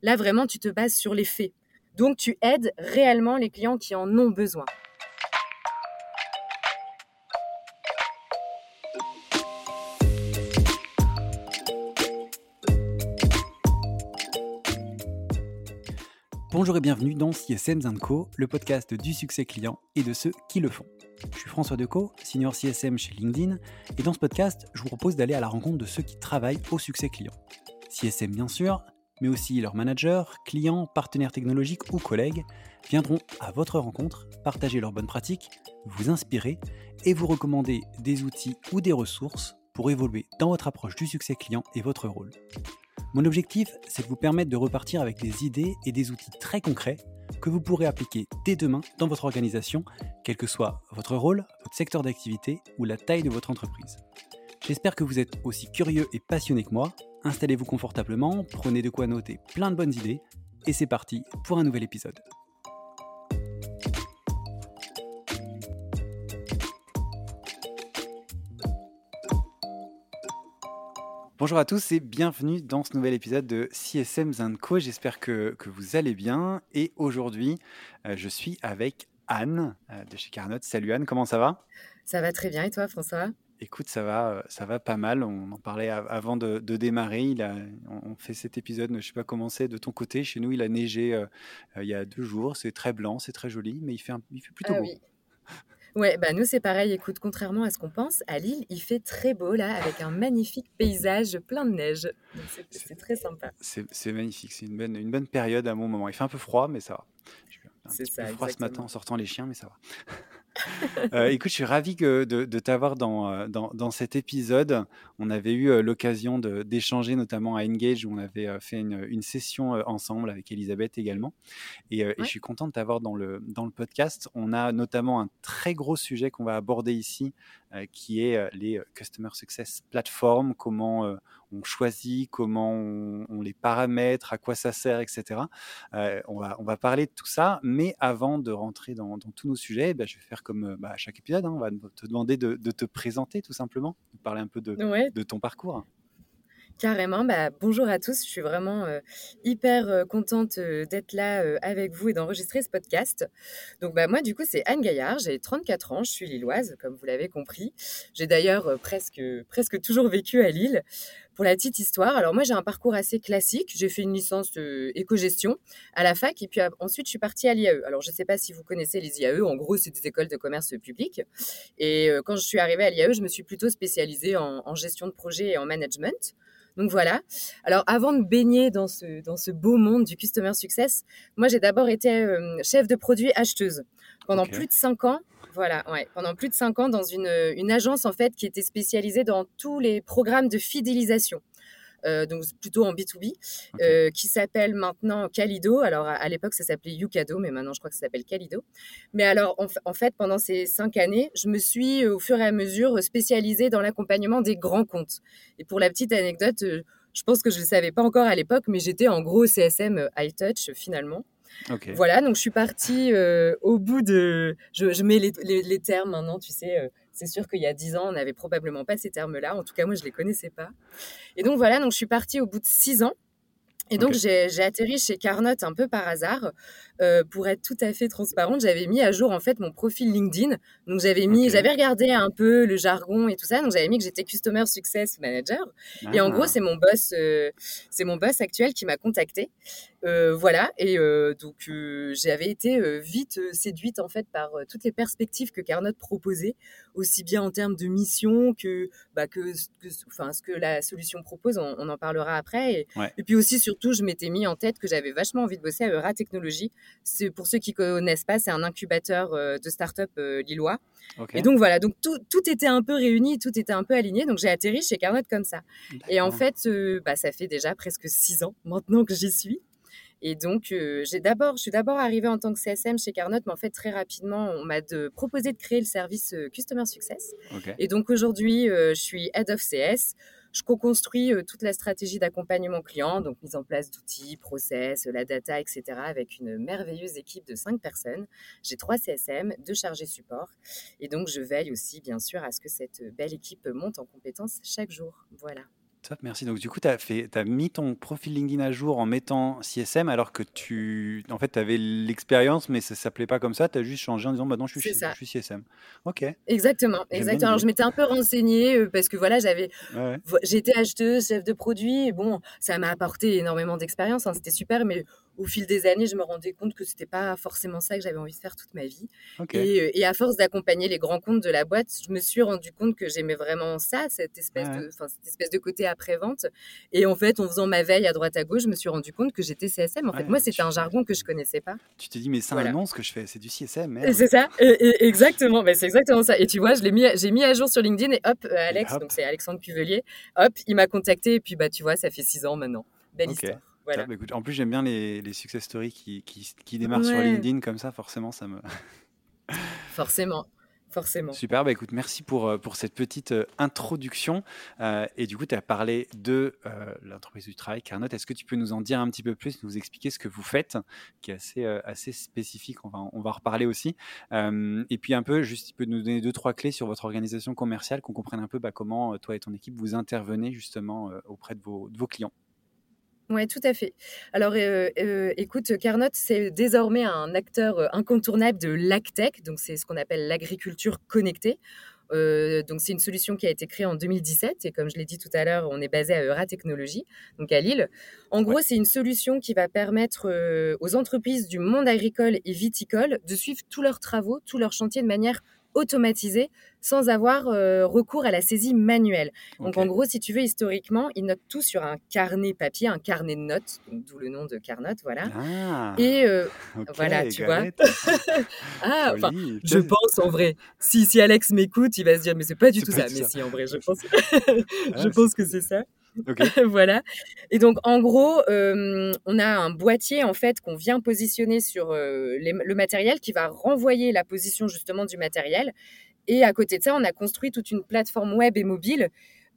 Là, vraiment, tu te bases sur les faits. Donc, tu aides réellement les clients qui en ont besoin. Bonjour et bienvenue dans CSM & Co, le podcast du succès client et de ceux qui le font. Je suis François Decaux, senior CSM chez LinkedIn, et dans ce podcast, je vous propose d'aller à la rencontre de ceux qui travaillent au succès client. CSM bien sûr, mais aussi leurs managers, clients, partenaires technologiques ou collègues viendront à votre rencontre, partager leurs bonnes pratiques, vous inspirer et vous recommander des outils ou des ressources pour évoluer dans votre approche du succès client et votre rôle. Mon objectif, c'est de vous permettre de repartir avec des idées et des outils très concrets que vous pourrez appliquer dès demain dans votre organisation, quel que soit votre rôle, votre secteur d'activité ou la taille de votre entreprise. J'espère que vous êtes aussi curieux et passionné que moi. Installez-vous confortablement, prenez de quoi noter plein de bonnes idées et c'est parti pour un nouvel épisode. Bonjour à tous et bienvenue dans ce nouvel épisode de CSM & Co. J'espère que vous allez bien et aujourd'hui je suis avec Anne de chez Carnot. Salut Anne, comment ça va ? Ça va très bien et toi François ? Écoute, ça va pas mal. On en parlait avant de démarrer. On fait cet épisode, je ne sais pas comment c'est de ton côté. Chez nous, il a neigé il y a 2 jours. C'est très blanc, c'est très joli, mais il fait plutôt beau. Oui. Ouais, nous c'est pareil, écoute, contrairement à ce qu'on pense, à Lille, il fait très beau là, avec un magnifique paysage plein de neige. Donc c'est très sympa. C'est magnifique, c'est une bonne période à un bon moment. Il fait un peu froid, mais ça va. J'ai eu un C'est petit ça, peu froid ce exactement. matin en sortant les chiens, mais ça va. Écoute, je suis ravi de t'avoir dans cet épisode. On avait eu l'occasion d'échanger notamment à Engage où on avait fait une session ensemble avec Elisabeth également. Et je Ouais. suis content de t'avoir dans le podcast. On a notamment un très gros sujet qu'on va aborder ici qui est les Customer Success Platforms, comment on choisit, comment on les paramètre, à quoi ça sert, etc. On va parler de tout ça, mais avant de rentrer dans tous nos sujets, je vais faire comme à chaque épisode, on va te demander de te présenter tout simplement, de parler un peu Ouais, de ton parcours. carrément. Bonjour à tous, je suis vraiment hyper contente d'être là avec vous et d'enregistrer ce podcast. Donc moi du coup c'est Anne Gaillard, j'ai 34 ans, je suis lilloise comme vous l'avez compris. J'ai d'ailleurs presque toujours vécu à Lille. Pour la petite histoire, alors moi j'ai un parcours assez classique, j'ai fait une licence éco-gestion à la fac et puis ensuite je suis partie à l'IAE. Alors je ne sais pas si vous connaissez les IAE, en gros c'est des écoles de commerce public. Et quand je suis arrivée à l'IAE, je me suis plutôt spécialisée en gestion de projet et en management. Donc voilà. Alors avant de baigner dans ce beau monde du customer success, moi j'ai d'abord été chef de produit acheteuse pendant plus de 5 ans. Voilà, ouais, pendant plus de 5 ans dans une agence en fait qui était spécialisée dans tous les programmes de fidélisation. Donc plutôt en B2B, qui s'appelle maintenant Calido. Alors à l'époque ça s'appelait Yucado, mais maintenant je crois que ça s'appelle Calido. Mais alors en fait pendant ces 5 années, je me suis au fur et à mesure spécialisée dans l'accompagnement des grands comptes. Et pour la petite anecdote, je pense que je ne le savais pas encore à l'époque, mais j'étais en gros CSM high touch finalement. Okay. Voilà, donc je suis partie au bout de... Je mets les termes maintenant, tu sais, c'est sûr qu'il y a 10 ans, on n'avait probablement pas ces termes-là. En tout cas, moi, je ne les connaissais pas. Et donc voilà, donc je suis partie au bout de 6 ans. Et donc, j'ai atterri chez Carnot un peu par hasard. Pour être tout à fait transparente, j'avais mis à jour en fait mon profil LinkedIn. Donc, j'avais regardé un peu le jargon et tout ça. Donc, j'avais mis que j'étais Customer Success Manager. Et en gros, c'est mon boss actuel qui m'a contactée. Voilà. Et donc, j'avais été vite séduite en fait par toutes les perspectives que Carnot proposait, aussi bien en termes de mission que ce que la solution propose. On en parlera après. Et puis aussi, surtout, je m'étais mis en tête que j'avais vachement envie de bosser à Eura Technologies. Pour ceux qui ne connaissent pas, c'est un incubateur de start-up lillois. Et donc voilà, donc tout était un peu réuni, tout était un peu aligné. Donc j'ai atterri chez Carnot comme ça. D'accord. Et en fait, ça fait déjà presque 6 ans maintenant que j'y suis. Et donc, je suis d'abord arrivée en tant que CSM chez Carnot, mais en fait, très rapidement, on m'a proposé de créer le service Customer Success. Et donc, aujourd'hui, je suis Head of CS. Je co-construis toute la stratégie d'accompagnement client, donc mise en place d'outils, process, la data, etc., avec une merveilleuse équipe de 5 personnes. J'ai 3 CSM, 2 chargés support. Et donc, je veille aussi, bien sûr, à ce que cette belle équipe monte en compétences chaque jour. Voilà. Top, merci. Donc, du coup, tu as mis ton profil LinkedIn à jour en mettant CSM alors que en fait, tu avais l'expérience, mais ça s'appelait pas comme ça. Tu as juste changé en disant, bah non, C'est je ça. suis CSM. Ok, Exactement, j'aime bien exactement. Alors je l'idée. m'étais un peu renseignée, parce que voilà, Ouais, ouais. j'étais acheteuse, chef de produit et bon, ça m'a apporté énormément d'expérience, hein, c'était super, mais au fil des années, je me rendais compte que c'était pas forcément ça que j'avais envie de faire toute ma vie Ok. et à force d'accompagner les grands comptes de la boîte, je me suis rendu compte que j'aimais vraiment ça, Ouais, ouais. cette espèce de côté après-vente et en fait, en faisant ma veille à droite à gauche, je me suis rendu compte que j'étais CSM. En fait, moi, Ouais, c'était un jargon que je connaissais pas. tu te dis, mais c'est un Voilà. nom ce que je fais, c'est du CSM, Et merde. c'est ça, exactement, bah, c'est exactement ça. Et tu vois, j'ai mis à jour sur LinkedIn et hop, Et Alex, hop, donc c'est Alexandre Cuvelier, hop, il m'a contacté et puis bah tu vois, ça fait 6 ans maintenant. Belle ok. histoire. Top. Voilà. Bah, écoute, en plus, j'aime bien les success stories qui démarrent sur Ouais, LinkedIn comme ça, forcément, ça me. forcément, forcément. Super, bah écoute, merci pour cette petite introduction. Et du coup, tu as parlé de l'entreprise du travail, Carnot. Est-ce que tu peux nous en dire un petit peu plus, nous expliquer ce que vous faites, qui est assez spécifique, on va en reparler aussi. Et puis un peu, juste, tu peux nous donner deux, trois clés sur votre organisation commerciale, qu'on comprenne un peu bah, comment toi et ton équipe vous intervenez justement auprès de vos clients. Ouais, tout à fait. Alors, écoute, Carnot, c'est désormais un acteur incontournable de l'agtech, donc c'est ce qu'on appelle l'agriculture connectée. Donc c'est une solution qui a été créée en 2017 et comme je l'ai dit tout à l'heure, on est basé à Eura Technologies, donc à Lille. En Ouais, gros, c'est une solution qui va permettre aux entreprises du monde agricole et viticole de suivre tous leurs travaux, tous leurs chantiers de manière automatisée sans avoir recours à la saisie manuelle. Donc ok. en gros, si tu veux, historiquement, ils notent tout sur un carnet papier, un carnet de notes, donc d'où le nom de Carnot, voilà. Ah, Et ok, voilà, tu vois. galette. Ah, enfin, Joli. je Putain, pense en vrai. Si Alex m'écoute, il va se dire, mais c'est pas du c'est tout pas ça. tout Mais ça. si, en vrai, je Ok. pense, je Ah, c'est pense que cool. c'est ça. Ok, Voilà. Et donc, en gros, on a un boîtier en fait qu'on vient positionner sur le matériel qui va renvoyer la position justement du matériel. Et à côté de ça, on a construit toute une plateforme web et mobile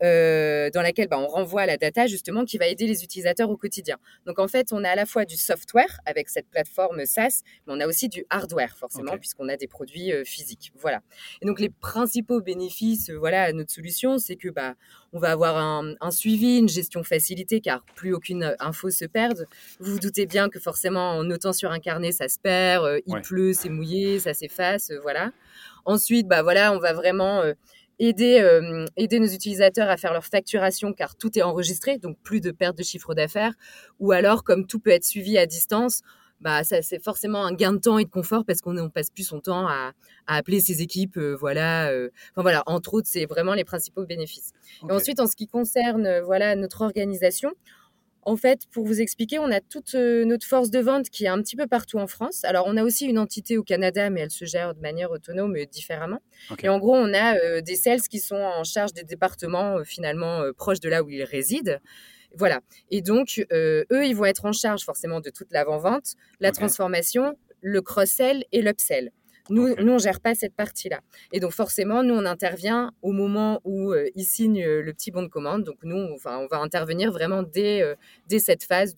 dans laquelle on renvoie la data justement qui va aider les utilisateurs au quotidien. Donc en fait, on a à la fois du software avec cette plateforme SaaS, mais on a aussi du hardware ok, forcément puisqu'on a des produits physiques. Voilà. Et donc les principaux bénéfices à notre solution, c'est que on va avoir un suivi, une gestion facilitée car plus aucune info se perde. Vous vous doutez bien que forcément en notant sur un carnet, ça se perd, il ouais, pleut, c'est mouillé, ça s'efface, voilà. Ensuite, voilà, on va vraiment aider nos utilisateurs à faire leur facturation car tout est enregistré, donc plus de perte de chiffre d'affaires. Ou alors, comme tout peut être suivi à distance, ça, c'est forcément un gain de temps et de confort parce qu'on ne passe plus son temps à appeler ses équipes. Voilà, enfin, voilà, entre autres, c'est vraiment les principaux bénéfices. Et ok, ensuite, en ce qui concerne voilà, notre organisation, en fait, pour vous expliquer, on a toute notre force de vente qui est un petit peu partout en France. Alors, on a aussi une entité au Canada, mais elle se gère de manière autonome et différemment. Et ok, en gros, on a des sales qui sont en charge des départements finalement proches de là où ils résident. Voilà. Et donc, eux, ils vont être en charge forcément de toute l'avant-vente, la ok, transformation, le cross-sell et l'upsell. Nous, ok, nous, on gère pas cette partie-là. Et donc, forcément, nous, on intervient au moment où ils signent le petit bon de commande. Donc, nous, on va intervenir vraiment dès cette phase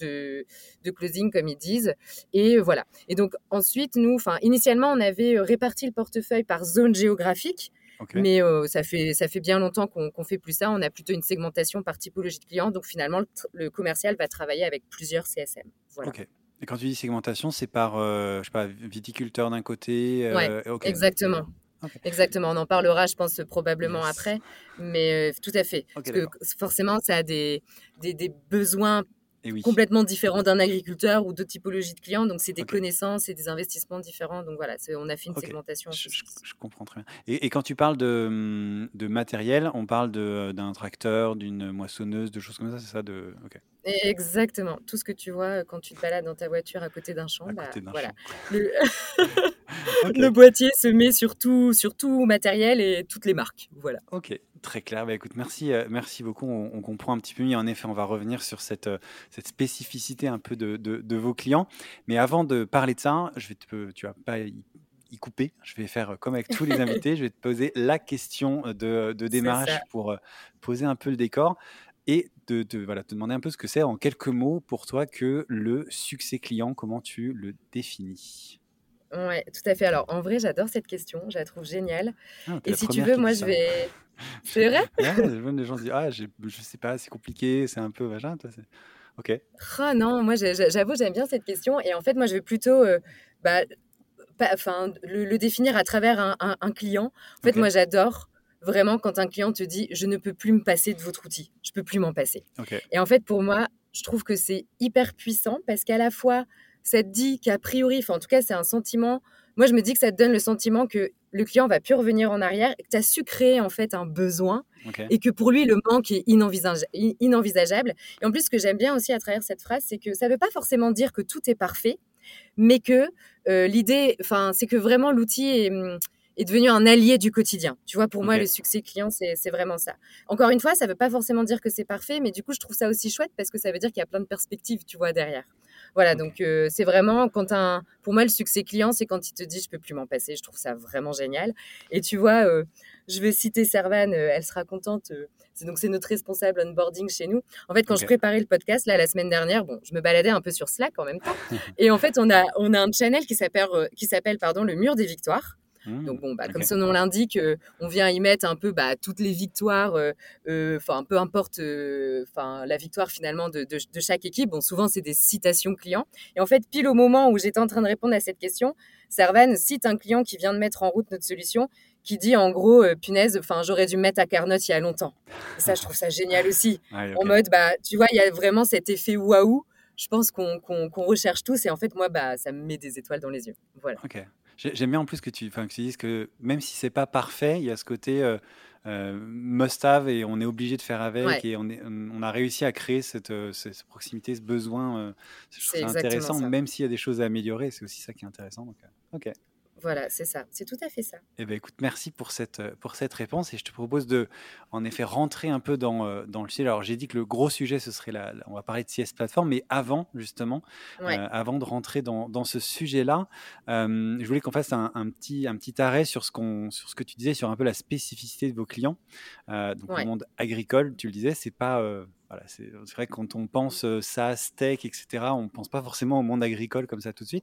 de closing, comme ils disent. Et voilà. Et donc, ensuite, nous, initialement, on avait réparti le portefeuille par zone géographique. ok, Mais ça fait bien longtemps qu'on fait plus ça. On a plutôt une segmentation par typologie de client. Donc finalement, le commercial va travailler avec plusieurs CSM. Voilà. ok. Et quand tu dis segmentation, c'est par, je sais pas, viticulteur d'un côté, Ouais, ok, exactement. d'accord. Ok, Exactement. On en parlera, je pense, probablement yes. après. Mais tout à fait. Ok, Parce que d'accord. forcément, ça a des besoins Et oui, complètement différents d'un agriculteur ou d'autres typologies de clients. Donc, c'est des ok, connaissances et des investissements différents. Donc, voilà, on a fait une ok. segmentation en ce Je, je- sens. je comprends très bien. Et quand tu parles de matériel, on parle d'un tracteur, d'une moissonneuse, de choses comme ça, c'est ça de, ok, Exactement. Tout ce que tu vois quand tu te balades dans ta voiture à côté d'un champ, à côté d'un voilà. champ. Le, Ok, le boîtier se met sur tout matériel et toutes les marques. Voilà. ok, très clair. Bah, écoute, merci beaucoup. On comprend un petit peu mieux. En effet, on va revenir sur cette spécificité un peu de vos clients. Mais avant de parler de ça, tu vas pas y couper. Je vais faire comme avec tous les invités. Je vais te poser la question de C'est ça. démarrage pour poser un peu le décor et voilà, te demander un peu ce que c'est en quelques mots pour toi que le succès client, comment tu le définis. Ouais, tout à fait. Alors, en vrai, j'adore cette question. Je la trouve géniale. Ah, t'es Et la si tu première veux, qui dit moi, je ça. vais. C'est vrai? Ouais, même les gens disent: «Ah, je sais pas, c'est compliqué, c'est un peu machin», toi, c'est OK, Ah non, moi j'avoue, j'aime bien cette question et en fait, moi je vais plutôt, bah, enfin, le définir à travers un client. En fait, OK, moi j'adore vraiment quand un client te dit: «Je ne peux plus me passer de votre outil, je peux plus m'en passer» OK, et en fait, pour moi, je trouve que c'est hyper puissant parce qu'à la fois, ça te dit qu'a priori, enfin en tout cas, c'est un sentiment, moi je me dis que ça te donne le sentiment que le client va plus revenir en arrière et que tu as su créer en fait un besoin OK, et que pour lui, le manque est inenvisageable et en plus, ce que j'aime bien aussi à travers cette phrase, c'est que ça veut pas forcément dire que tout est parfait, mais que l'idée, enfin, c'est que vraiment l'outil est devenu un allié du quotidien. Tu vois, pour moi, le OK, succès client, c'est vraiment ça. Encore une fois, ça ne veut pas forcément dire que c'est parfait, mais du coup, je trouve ça aussi chouette parce que ça veut dire qu'il y a plein de perspectives, tu vois, derrière. Voilà, OK. donc c'est vraiment pour moi, le succès client, c'est quand il te dit, je peux plus m'en passer. Je trouve ça vraiment génial. Et tu vois, je vais citer Servane, elle sera contente. C'est notre responsable onboarding chez nous. En fait, quand je OK. préparais le podcast, là, la semaine dernière, bon, je me baladais un peu sur Slack en même temps. Et en fait, on a un channel qui s'appelle pardon, le mur des victoires. Donc Mmh. bon, bah, comme OK. son nom l'indique, on vient y mettre un peu bah, toutes les victoires, enfin peu importe, enfin la victoire finalement de chaque équipe. Bon, souvent c'est des citations clients. Et en fait, pile au moment où j'étais en train de répondre à cette question, Servan cite un client qui vient de mettre en route notre solution, qui dit en gros, punaise, enfin j'aurais dû me mettre à Carnot il y a longtemps. Et ça, je trouve ça génial aussi. Ouais, En OK. mode, bah, tu vois, il y a vraiment cet effet waouh. Je pense qu'on recherche tous et en fait moi bah ça me met des étoiles dans les yeux. Voilà. OK. J'aime bien en plus que tu dises que même si c'est pas parfait, il y a ce côté, must have et on est obligé de faire avec Ouais, et on a réussi à créer cette proximité, ce besoin, je trouve c'est ça exactement intéressant, ça. même s'il y a des choses à améliorer, c'est aussi ça qui est intéressant donc OK. Voilà, c'est ça. C'est tout à fait ça. Eh ben, écoute, merci pour cette réponse et je te propose de, en effet, rentrer un peu dans le sujet. Alors, j'ai dit que le gros sujet, ce serait on va parler de CS Platform, mais avant, justement, Ouais, avant de rentrer dans ce sujet-là, je voulais qu'on fasse un petit arrêt sur sur ce que tu disais, sur un peu la spécificité de vos clients. Donc, le ouais. monde agricole, tu le disais, c'est pas, voilà, c'est vrai que quand on pense SaaS, tech, etc., on pense pas forcément au monde agricole comme ça tout de suite.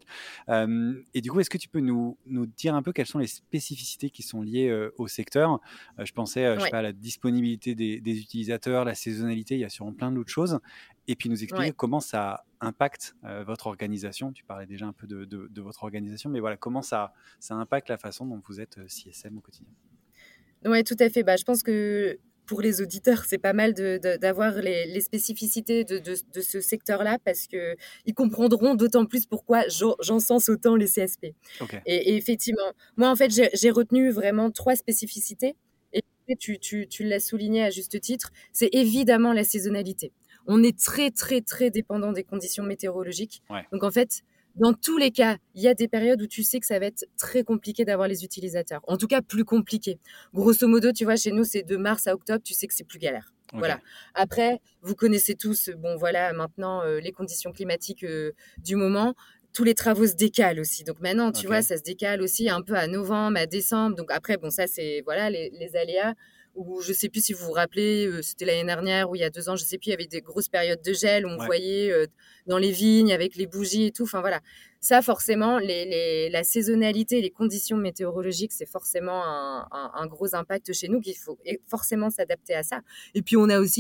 Et du coup, est-ce que tu peux nous dire un peu quelles sont les spécificités qui sont liées au secteur? Je pensais, je sais Ouais, pas, à la disponibilité des utilisateurs, la saisonnalité, il y a sûrement plein d'autres choses. Et puis nous expliquer ouais. comment ça impacte votre organisation. Tu parlais déjà un peu de votre organisation, mais voilà, comment ça impacte la façon dont vous êtes CSM au quotidien. Ouais, tout à fait. Bah, je pense que pour les auditeurs, c'est pas mal d'avoir les spécificités de ce secteur-là parce qu'ils comprendront d'autant plus pourquoi j'encense autant les CSP. Ok, Et effectivement, moi, en fait, j'ai retenu vraiment trois spécificités. Et tu l'as souligné à juste titre, c'est évidemment la saisonnalité. On est très, très, très dépendant des conditions météorologiques. ouais, Donc, en fait, dans tous les cas, il y a des périodes où tu sais que ça va être très compliqué d'avoir les utilisateurs. En tout cas, plus compliqué. Grosso modo, tu vois, chez nous, c'est de mars à octobre, tu sais que c'est plus galère. ok, Voilà. Après, vous connaissez tous, bon voilà, maintenant les conditions climatiques du moment. Tous les travaux se décalent aussi. Donc maintenant, tu ok, vois, ça se décale aussi un peu à novembre, à décembre. Donc après, bon, ça c'est voilà les aléas. Ou je sais plus si vous vous rappelez, c'était l'année dernière ou il y a 2 ans, je sais plus, il y avait des grosses périodes de gel où on ouais, voyait dans les vignes avec les bougies et tout. Enfin voilà, ça forcément, la saisonnalité, les conditions météorologiques, c'est forcément un gros impact chez nous qu'il faut forcément s'adapter à ça. Et puis on a aussi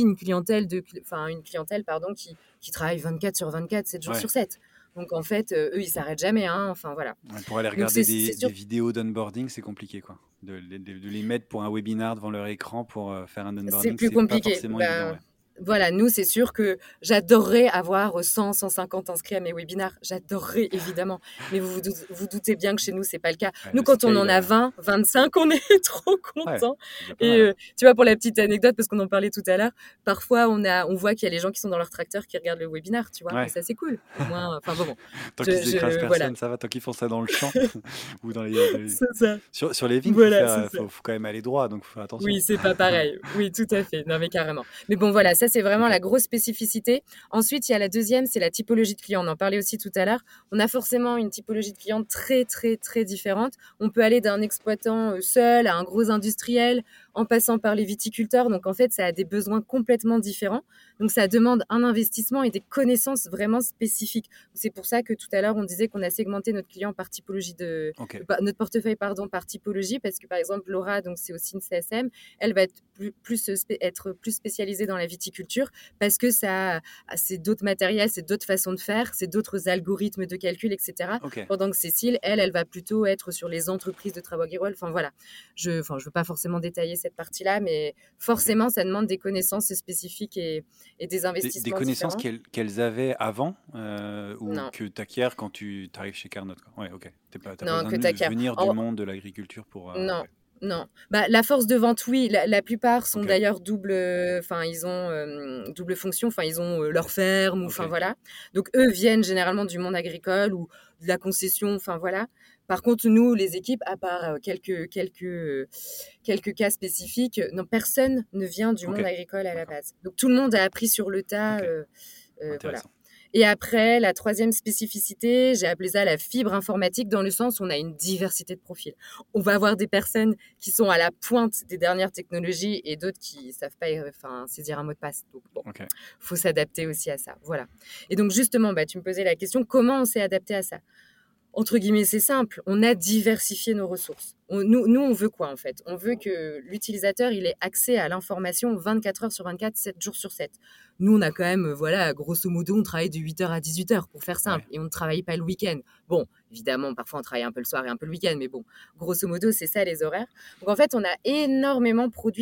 une clientèle pardon qui travaille 24 sur 24, 7 jours ouais. sur 7. Donc en fait, eux ils s'arrêtent jamais. Hein. Enfin voilà. Ouais, pour aller Donc regarder c'est des sûr. vidéos d'onboarding, c'est compliqué, quoi. De les mettre pour un webinar devant leur écran pour faire un C'est onboarding, plus c'est pas compliqué. forcément évident, Ben, ouais. voilà, nous, c'est sûr que j'adorerais avoir 100, 150 inscrits à mes webinaires. J'adorerais, évidemment. Mais vous doutez bien que chez nous, c'est pas le cas. Ouais, Nous, le quand on en scale, a 20, 25, on est trop ouais, contents. c'est déjà pas Et mal, ouais. tu vois, pour la petite anecdote, parce qu'on en parlait tout à l'heure, parfois, on voit qu'il y a les gens qui sont dans leur tracteur qui regardent le webinaire, tu vois. Et Ouais. ça, c'est cool. Au moins, enfin, bon. Tant qu'ils écrasent Voilà. personne, ça va. Tant qu'ils font ça dans le champ ou C'est ça. sur les vignes, Voilà, c'est ça. faut quand même aller droit, donc faut faire attention. Oui, c'est pas pareil. Oui, tout à fait. Non, mais carrément. Mais bon, voilà, ça, c'est vraiment Ok. la grosse spécificité. Ensuite, il y a la deuxième, c'est la typologie de client. On en parlait aussi tout à l'heure. On a forcément une typologie de client très, très, très différente. On peut aller d'un exploitant seul à un gros industriel en passant par les viticulteurs. Donc, en fait, ça a des besoins complètement différents. Donc, ça demande un investissement et des connaissances vraiment spécifiques. C'est pour ça que tout à l'heure, on disait qu'on a segmenté notre client par typologie notre portefeuille, par typologie, parce que, par exemple, Laura, donc c'est aussi une CSM, elle va être plus spécialisée dans la viticulture parce que c'est d'autres matériels, c'est d'autres façons de faire, c'est d'autres algorithmes de calcul, etc. Pendant que Cécile, elle va plutôt être sur les entreprises de travaux agricoles. Enfin, voilà. Je ne veux pas forcément détailler cette partie-là, mais forcément, ça demande des connaissances spécifiques et des investissements Des connaissances différents. qu'elles avaient avant ou Non. que tu acquiers quand tu arrives chez Carnot, quoi. Ouais, ok. T'as pas Non, besoin que de t'acquiers. venir du monde de l'agriculture pour... Non. ok. Non, la force de vente, oui. La plupart sont Ok. d'ailleurs double. Enfin, ils ont double fonction. Enfin, ils ont leur ferme. Enfin, Ok. voilà. Donc, eux viennent généralement du monde agricole ou de la concession. Enfin, voilà. Par contre, nous, les équipes, à part quelques cas spécifiques, non, personne ne vient du monde Ok. agricole à la D'accord. base. Donc, tout le monde a appris sur le tas. Ok. Voilà. Intéressant. Et après, la troisième spécificité, j'ai appelé ça la fibre informatique, dans le sens où on a une diversité de profils. On va avoir des personnes qui sont à la pointe des dernières technologies et d'autres qui savent pas saisir un mot de passe. Donc, bon, faut s'adapter aussi à ça. Voilà. Et donc, justement, tu me posais la question, comment on s'est adapté à ça ? Entre guillemets, c'est simple. On a diversifié nos ressources. Nous, on veut quoi, en fait ? On veut que l'utilisateur, il ait accès à l'information 24 heures sur 24, 7 jours sur 7. Nous, on a quand même, grosso modo, on travaille de 8 heures à 18 heures, pour faire simple. Et on ne travaille pas le week-end. Bon, évidemment, parfois, on travaille un peu le soir et un peu le week-end. Mais bon, grosso modo, c'est ça, les horaires. Donc, en fait, on a énormément produit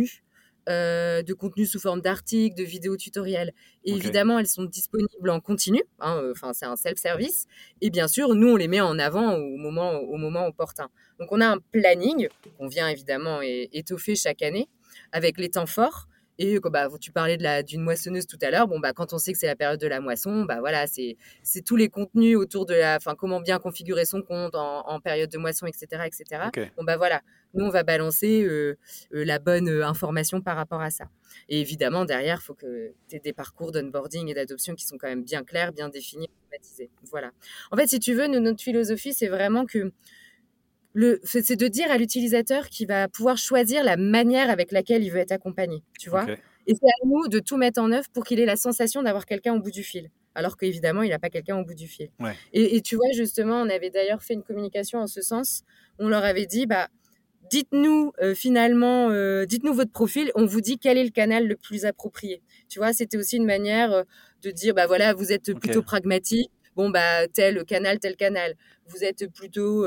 de contenu sous forme d'articles, de vidéos tutoriels. Et évidemment, elles sont disponibles en continu. C'est un self-service. Et bien sûr, nous, on les met en avant au moment opportun. Donc, on a un planning qu'on vient évidemment étoffer chaque année avec les temps forts. Et tu parlais d'une moissonneuse tout à l'heure. Quand on sait que c'est la période de la moisson, voilà, c'est tous les contenus autour de comment bien configurer son compte en période de moisson, etc., etc. Voilà, nous on va balancer la bonne information par rapport à ça. Et évidemment, derrière, il faut que tu aies des parcours d'onboarding et d'adoption qui sont quand même bien clairs, bien définis, automatisés. Voilà. En fait, si tu veux, notre philosophie, c'est vraiment que c'est de dire à l'utilisateur qu'il va pouvoir choisir la manière avec laquelle il veut être accompagné, tu vois. Et c'est à nous de tout mettre en œuvre pour qu'il ait la sensation d'avoir quelqu'un au bout du fil, alors qu'évidemment, il n'a pas quelqu'un au bout du fil. Et tu vois, justement, on avait d'ailleurs fait une communication en ce sens. On leur avait dit, dites-nous dites-nous votre profil, on vous dit quel est le canal le plus approprié. Tu vois, c'était aussi une manière de dire, voilà, vous êtes plutôt pragmatique. Tel canal. Vous êtes plutôt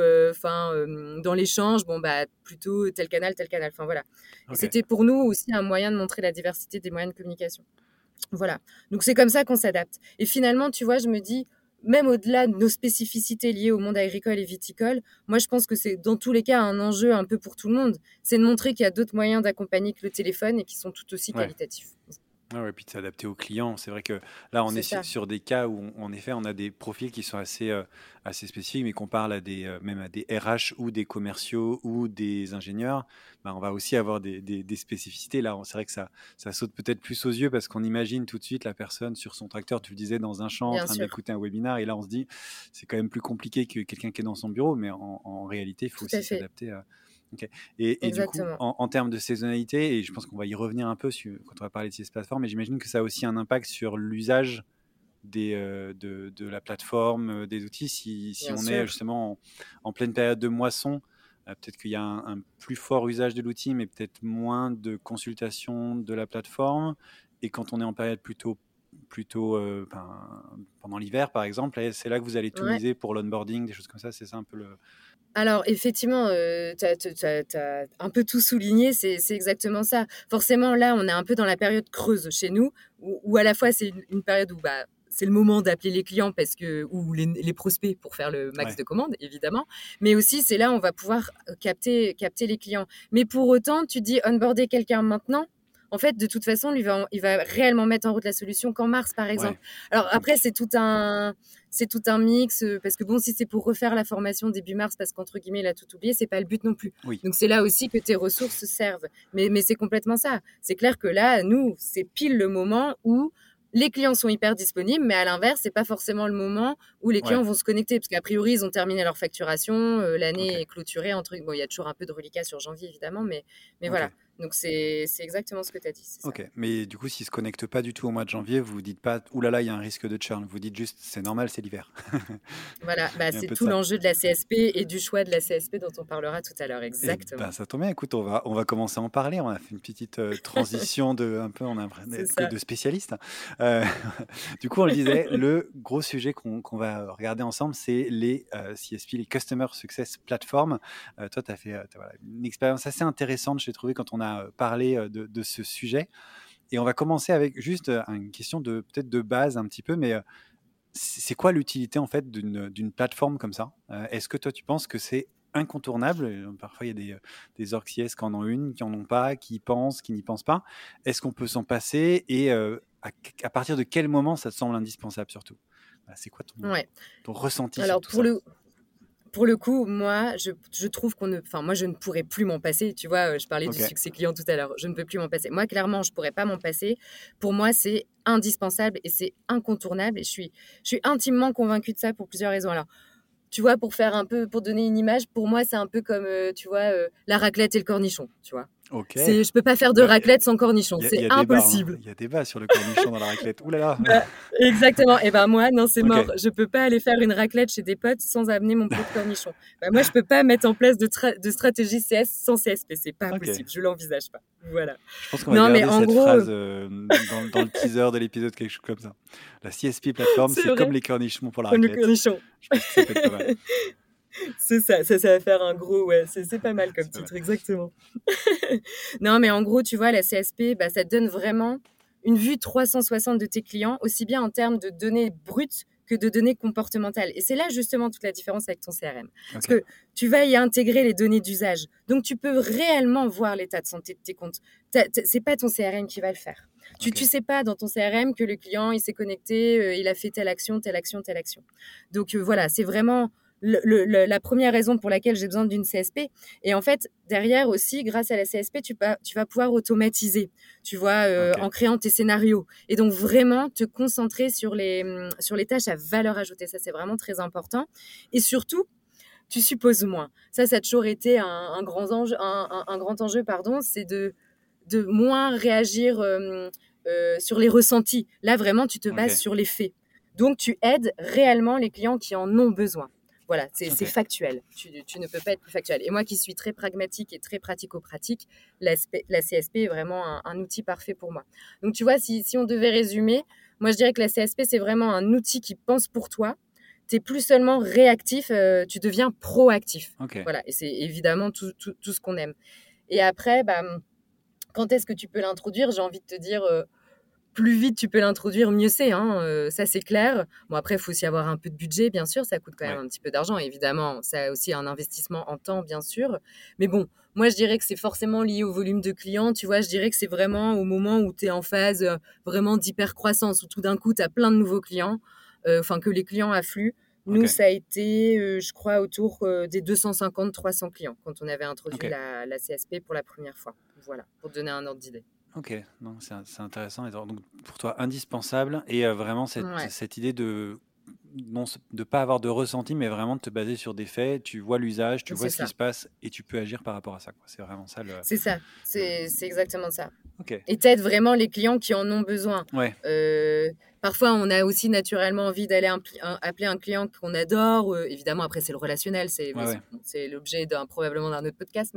dans l'échange, plutôt tel canal. Enfin, voilà. Et c'était pour nous aussi un moyen de montrer la diversité des moyens de communication. Voilà. Donc, c'est comme ça qu'on s'adapte. Et finalement, tu vois, je me dis, même au-delà de nos spécificités liées au monde agricole et viticole, moi, je pense que c'est dans tous les cas un enjeu un peu pour tout le monde. C'est de montrer qu'il y a d'autres moyens d'accompagner que le téléphone et qui sont tout aussi qualitatifs. Et puis de s'adapter aux clients. C'est vrai que là, on est sur des cas où, en effet, on a des profils qui sont assez spécifiques, mais qu'on parle même à des RH ou des commerciaux ou des ingénieurs, on va aussi avoir des spécificités. Là, c'est vrai que ça saute peut-être plus aux yeux parce qu'on imagine tout de suite la personne sur son tracteur, tu le disais, dans un champ, en train d'écouter un webinaire. Et là, on se dit, c'est quand même plus compliqué que quelqu'un qui est dans son bureau, mais en réalité, il faut aussi s'adapter à... Et du coup, en termes de saisonnalité, et je pense qu'on va y revenir un peu quand on va parler de ces plateformes, mais j'imagine que ça a aussi un impact sur l'usage de la plateforme, des outils. Si on est justement en pleine période de moisson, peut-être qu'il y a un plus fort usage de l'outil, mais peut-être moins de consultation de la plateforme. Et quand on est en période plutôt pendant l'hiver, par exemple, c'est là que vous allez tout miser pour l'onboarding, des choses comme ça. C'est ça un peu le... Alors, effectivement, tu as un peu tout souligné, c'est exactement ça. Forcément, là, on est un peu dans la période creuse chez nous, où à la fois, c'est une période où c'est le moment d'appeler les clients ou les prospects pour faire le max de commandes, évidemment. Mais aussi, c'est là où on va pouvoir capter les clients. Mais pour autant, tu dis onboarder quelqu'un maintenant, en fait, de toute façon, il va réellement mettre en route la solution qu'en mars, par exemple. Alors après, c'est tout un mix, parce que si c'est pour refaire la formation début mars, parce qu'entre guillemets, il a tout oublié, c'est pas le but non plus. Donc c'est là aussi que tes ressources servent. Mais c'est complètement ça. C'est clair que là, nous, c'est pile le moment où les clients sont hyper disponibles, mais à l'inverse, c'est pas forcément le moment où les clients vont se connecter, parce qu'a priori, ils ont terminé leur facturation, l'année est clôturée. Il y a toujours un peu de reliquat sur janvier, évidemment, mais voilà. Donc, c'est exactement ce que tu as dit, c'est ça. Ok, mais du coup, s'ils se connectent pas du tout au mois de janvier, vous vous dites pas, ouh là là, il y a un risque de churn. Vous dites juste, c'est normal, c'est l'hiver. Voilà, bah, Il y a un c'est peu de tout ça. l'enjeu de la CSP et du choix de la CSP dont on parlera tout à l'heure, Eh ben, exactement. ça tombe bien. Écoute, on va commencer à en parler. On a fait une petite transition un peu, on a l'impression C'est d'être que ça. de spécialistes. Euh, du coup, on le disait, le gros sujet qu'on va regarder ensemble, c'est les CSP, les Customer Success Platform. Toi, tu as fait voilà, une expérience assez intéressante, j'ai trouvé, quand on a parlé de ce sujet. Et on va commencer avec juste une question de peut-être de base un petit peu, mais c'est quoi l'utilité en fait d'une plateforme comme ça? Est-ce que toi tu penses que c'est incontournable? Parfois il y a des org CS qui en ont une, qui en ont pas, qui y pensent, qui n'y pensent pas. Est-ce qu'on peut s'en passer et à partir de quel moment ça te semble indispensable surtout? Voilà, c'est quoi Ouais. ton ressenti sur Alors, tout ça? pour le coup, moi, je trouve enfin, moi, je ne pourrais plus m'en passer. Tu vois, je parlais du Ok, succès client tout à l'heure. Je ne peux plus m'en passer. Moi, clairement, je pourrais pas m'en passer. Pour moi, c'est indispensable et c'est incontournable. Et je suis intimement convaincue de ça pour plusieurs raisons. Alors, tu vois, pour donner une image, pour moi, c'est un peu comme, tu vois, la raclette et le cornichon, tu vois. ok. Je peux pas faire de Bah, raclette sans cornichon. il C'est y a débat, hein. impossible. Il y a débat sur le cornichon dans la raclette. Ouh là là. Bah, exactement. Et ben moi, non, c'est Ok, mort. Je peux pas aller faire une raclette chez des potes sans amener mon pot de cornichon. Bah, moi, je peux pas mettre en place de stratégie CS sans CSP. C'est pas ok. possible. Je l'envisage pas. Voilà. Je pense qu'on va Non, mais garder en cette gros, phrase dans le teaser de l'épisode, quelque chose comme ça. La CSP plateforme, c'est c'est comme vrai, les cornichons pour la comme le raclette. cornichon. Je pense que ça peut être pas mal. C'est ça. Ça va faire un gros, ouais. C'est pas mal comme C'est pas mal. titre, exactement. Non, mais en gros, tu vois, la CSP, bah, ça te donne vraiment une vue 360 de tes clients, aussi bien en termes de données brutes que de données comportementales. Et c'est là justement toute la différence avec ton CRM. Parce Ok, que tu vas y intégrer les données d'usage. Donc tu peux réellement voir l'état de santé de tes comptes. C'est pas ton CRM qui va le faire. ok, Tu sais pas dans ton CRM que le client, il s'est connecté, il a fait telle action, telle action, telle action. Donc voilà, c'est vraiment la première raison pour laquelle j'ai besoin d'une CSP. Et en fait, derrière aussi, grâce à la CSP, tu vas pouvoir automatiser, tu vois, ok, en créant tes scénarios. Et donc, vraiment te concentrer sur les tâches à valeur ajoutée. Ça, c'est vraiment très important. Et surtout, tu supposes moins. Ça a toujours été un grand enjeu, un grand enjeu, pardon, c'est de moins réagir sur les ressentis. Là, vraiment, tu te bases ok, sur les faits. Donc, tu aides réellement les clients qui en ont besoin. Voilà, c'est ok. factuel. Tu ne peux pas être plus factuel. Et moi qui suis très pragmatique et très pratico-pratique, la CSP est vraiment un outil parfait pour moi. Donc, tu vois, si on devait résumer, moi, je dirais que la CSP, c'est vraiment un outil qui pense pour toi. Tu n'es plus seulement réactif, tu deviens proactif. Ok. Voilà, et c'est évidemment tout ce qu'on aime. Et après, bah, quand est-ce que tu peux l'introduire? J'ai envie de te dire, plus vite tu peux l'introduire, mieux c'est, hein, ça c'est clair. Bon, après, il faut aussi avoir un peu de budget, bien sûr, ça coûte quand même Ouais. un petit peu d'argent. Évidemment, ça a aussi un investissement en temps, bien sûr. Mais bon, moi, je dirais que c'est forcément lié au volume de clients. Tu vois, je dirais que c'est vraiment au moment où tu es en phase vraiment d'hyper-croissance, où tout d'un coup, tu as plein de nouveaux clients, enfin, que les clients affluent. Ok. Nous, ça a été, je crois, autour des 250-300 clients quand on avait introduit Ok. la CSP pour la première fois. Voilà, pour te donner un ordre d'idée. Ok. Non, c'est intéressant. Et donc, pour toi, indispensable et vraiment Ouais, cette idée de non, de pas avoir de ressenti, mais vraiment de te baser sur des faits. Tu vois l'usage, tu vois c'est ce qui ça. se passe et tu peux agir par rapport à ça, quoi. C'est vraiment ça C'est ça, le- c'est exactement ça. Ok. Et t'aides vraiment les clients qui en ont besoin. Ouais. Parfois, on a aussi naturellement envie d'aller appeler un client qu'on adore. Évidemment, après, c'est le relationnel, Ouais. Ouais. c'est l'objet probablement d'un autre podcast.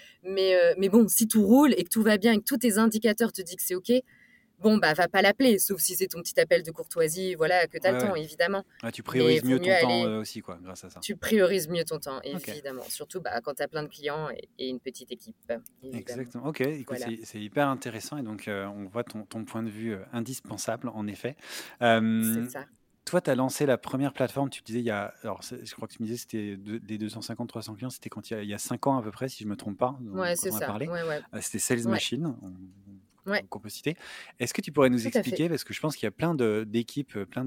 Mais bon, si tout roule et que tout va bien et que tous tes indicateurs te disent que c'est OK, bon, bah, va pas l'appeler, sauf si c'est ton petit appel de courtoisie, voilà, que tu as le Ouais. temps, Ouais. évidemment. Ouais, tu Mais il priorises vaut mieux mieux ton temps aller, aussi, quoi, grâce à ça. tu priorises mieux ton temps, Ok. évidemment. Surtout bah, quand tu as plein de clients et une petite équipe, évidemment. Exactement. Ok, écoute, Voilà, c'est hyper intéressant et donc on voit ton point de vue indispensable en effet. c'est Euh, ça. Toi, tu as lancé la première plateforme, tu disais il y a, alors je crois que tu me disais c'était des 250-300 clients, c'était quand il y a 5 ans à peu près, si je me trompe pas, Ouais, quand c'est on a ça. parlé. Ouais, ouais, C'était Sales ouais, Machine, ouais, qu'on peut citer. Est-ce que tu pourrais nous tout à fait. expliquer, parce que je pense qu'il y a plein d'équipes, plein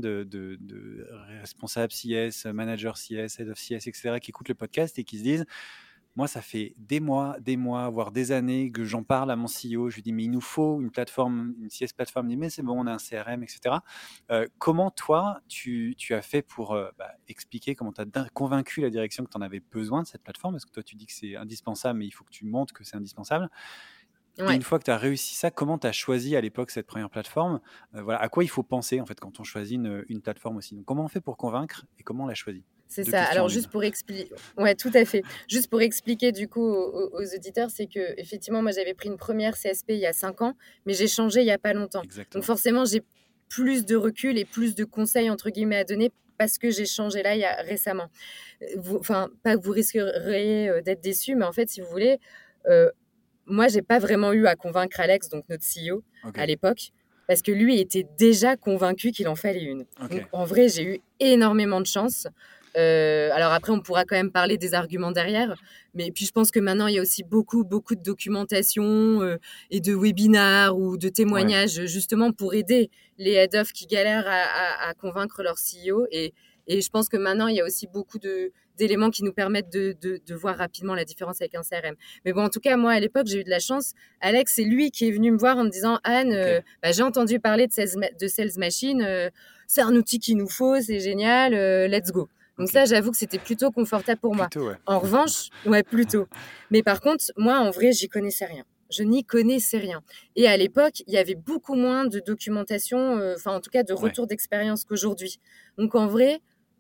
de responsables CS, managers CS, head of CS, etc., qui écoutent le podcast et qui se disent, moi, ça fait des mois, voire des années que j'en parle à mon CEO. Je lui dis, mais il nous faut une plateforme, une CS plateforme. Il me dit, mais c'est bon, on a un CRM, etc. Comment toi, tu as fait pour expliquer, comment tu as convaincu la direction que tu en avais besoin de cette plateforme? Parce que toi, tu dis que c'est indispensable, mais il faut que tu montres que c'est indispensable. Et une fois que tu as réussi ça, comment tu as choisi à l'époque cette première plateforme? Voilà, à quoi il faut penser en fait quand on choisit une plateforme aussi? Donc, comment on fait pour convaincre et comment on la choisit? C'est 2 ça. questions en Alors une. juste pour expliquer, ouais, tout à fait. Juste pour expliquer du coup aux auditeurs, c'est que effectivement, moi j'avais pris une première CSP il y a 5 ans, mais j'ai changé il y a pas longtemps. Donc Exactement. forcément, j'ai plus de recul et plus de conseils entre guillemets à donner parce que j'ai changé là il y a récemment. Enfin, pas que vous risqueriez d'être déçus, mais en fait, si vous voulez, euh, moi, j'ai pas vraiment eu à convaincre Alex, donc notre CEO, à OK. l'époque, parce que lui était déjà convaincu qu'il en fallait une. Donc, OK. en vrai, j'ai eu énormément de chance. Alors après, on pourra quand même parler des arguments derrière, mais puis je pense que maintenant, il y a aussi beaucoup, beaucoup de documentation et de webinars ou de Ouais. témoignages justement pour aider les head-off qui galèrent à convaincre leur CEO. Et je pense que maintenant, il y a aussi beaucoup d'éléments qui nous permettent de voir rapidement la différence avec un CRM. Mais bon, en tout cas, moi, à l'époque, j'ai eu de la chance. Alex, c'est lui qui est venu me voir en me disant, Anne, OK. j'ai entendu parler de Sales Machine. C'est un outil qu'il nous faut, c'est génial, let's go. Donc OK. ça, j'avoue que c'était plutôt confortable pour moi. Plutôt, ouais. En revanche, ouais, plutôt. Mais par contre, moi, en vrai, j'y connaissais rien. Je n'y connaissais rien. Et à l'époque, il y avait beaucoup moins de documentation, enfin en tout cas de Ouais. retour d'expérience qu'aujourd'hui. Donc en vrai,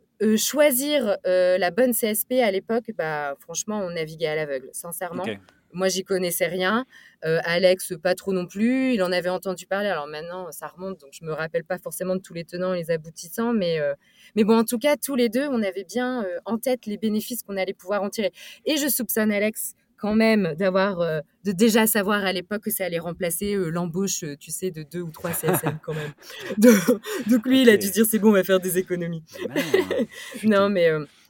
choisir la bonne CSP à l'époque, bah, franchement, on naviguait à l'aveugle, sincèrement. OK. Moi, j'y connaissais rien. Alex, pas trop non plus. Il en avait entendu parler. Alors maintenant, ça remonte, donc je me rappelle pas forcément de tous les tenants et les aboutissants. Mais bon, en tout cas, tous les deux, on avait bien en tête les bénéfices qu'on allait pouvoir en tirer. Et je soupçonne Alex quand même de déjà savoir à l'époque que ça allait remplacer l'embauche, tu sais, de 2 ou 3 CSM quand même. Donc lui, il a dû se OK. dire, c'est bon, on va faire des économies. Malin, Non, futé. mais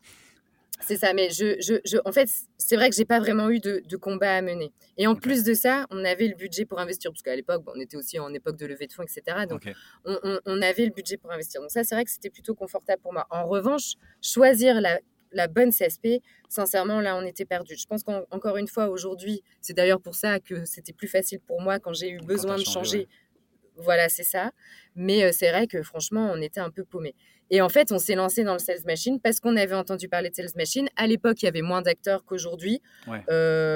c'est ça. Mais en fait, c'est vrai que j'ai pas vraiment eu de combat à mener. Et en OK. plus de ça, on avait le budget pour investir, parce qu'à l'époque, bon, on était aussi en époque de levée de fonds, etc. Donc, OK. on avait le budget pour investir. Donc ça, c'est vrai que c'était plutôt confortable pour moi. En revanche, choisir la bonne CSP, sincèrement, là, on était perdu. Je pense qu'encore une fois, aujourd'hui, c'est d'ailleurs pour ça que c'était plus facile pour moi quand j'ai eu Quand tu as besoin de changé, ouais. changer. Voilà, c'est ça. Mais c'est vrai que franchement, on était un peu paumés. Et en fait, on s'est lancé dans le Sales Machine parce qu'on avait entendu parler de Sales Machine. À l'époque, il y avait moins d'acteurs qu'aujourd'hui. Ouais.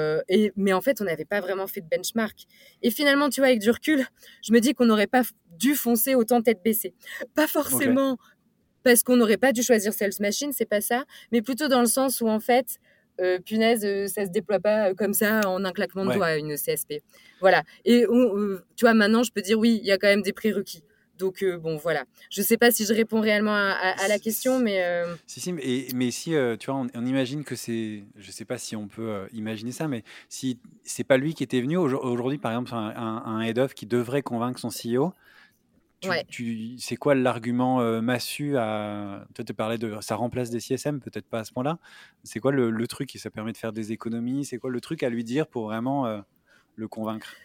Mais en fait, on n'avait pas vraiment fait de benchmark. Et finalement, tu vois, avec du recul, je me dis qu'on n'aurait pas dû foncer autant tête baissée. Pas OK. forcément parce qu'on n'aurait pas dû choisir Sales Machine, c'est pas ça, mais plutôt dans le sens où en fait, punaise, ça se déploie pas comme ça en un claquement de Ouais. doigts, une CSP. Voilà. Et tu vois, maintenant, je peux dire oui, il y a quand même des prérequis. Donc bon, voilà. Je sais pas si je réponds réellement à la question, mais Si, mais si, tu vois, on imagine que c'est, je sais pas si on peut imaginer ça, mais si c'est pas lui qui était venu aujourd'hui, par exemple, un head-off qui devrait convaincre son CEO, ouais. c'est quoi l'argument massu à. Toi, tu parlais de ça remplace des CSM, peut-être pas à ce point-là. C'est quoi le truc qui ça permet de faire des économies? C'est quoi le truc à lui dire pour vraiment le convaincre?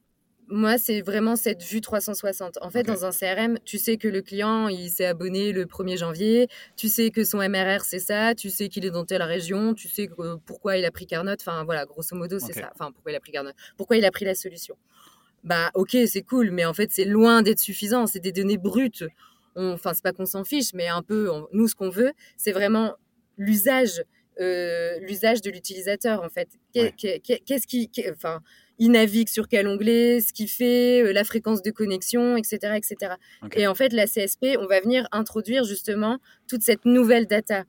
Moi, c'est vraiment cette vue 360. En fait, Ok, dans un CRM, tu sais que le client, il s'est abonné le 1er janvier, tu sais que son MRR, c'est ça, tu sais qu'il est dans telle région, tu sais pourquoi il a pris Carnot. Enfin, voilà, grosso modo, c'est ok, ça. Enfin, pourquoi il a pris Carnot. Pourquoi il a pris la solution. Bah, ok, c'est cool, mais en fait, c'est loin d'être suffisant. C'est des données brutes. Enfin, c'est pas qu'on s'en fiche, mais un peu, nous, ce qu'on veut, c'est vraiment l'usage, l'usage de l'utilisateur, en fait. ouais, Qu'est-ce enfin, il navigue sur quel onglet, ce qu'il fait, la fréquence de connexion, etc., etc. ok, Et en fait, la CSP, on va venir introduire justement toute cette nouvelle data.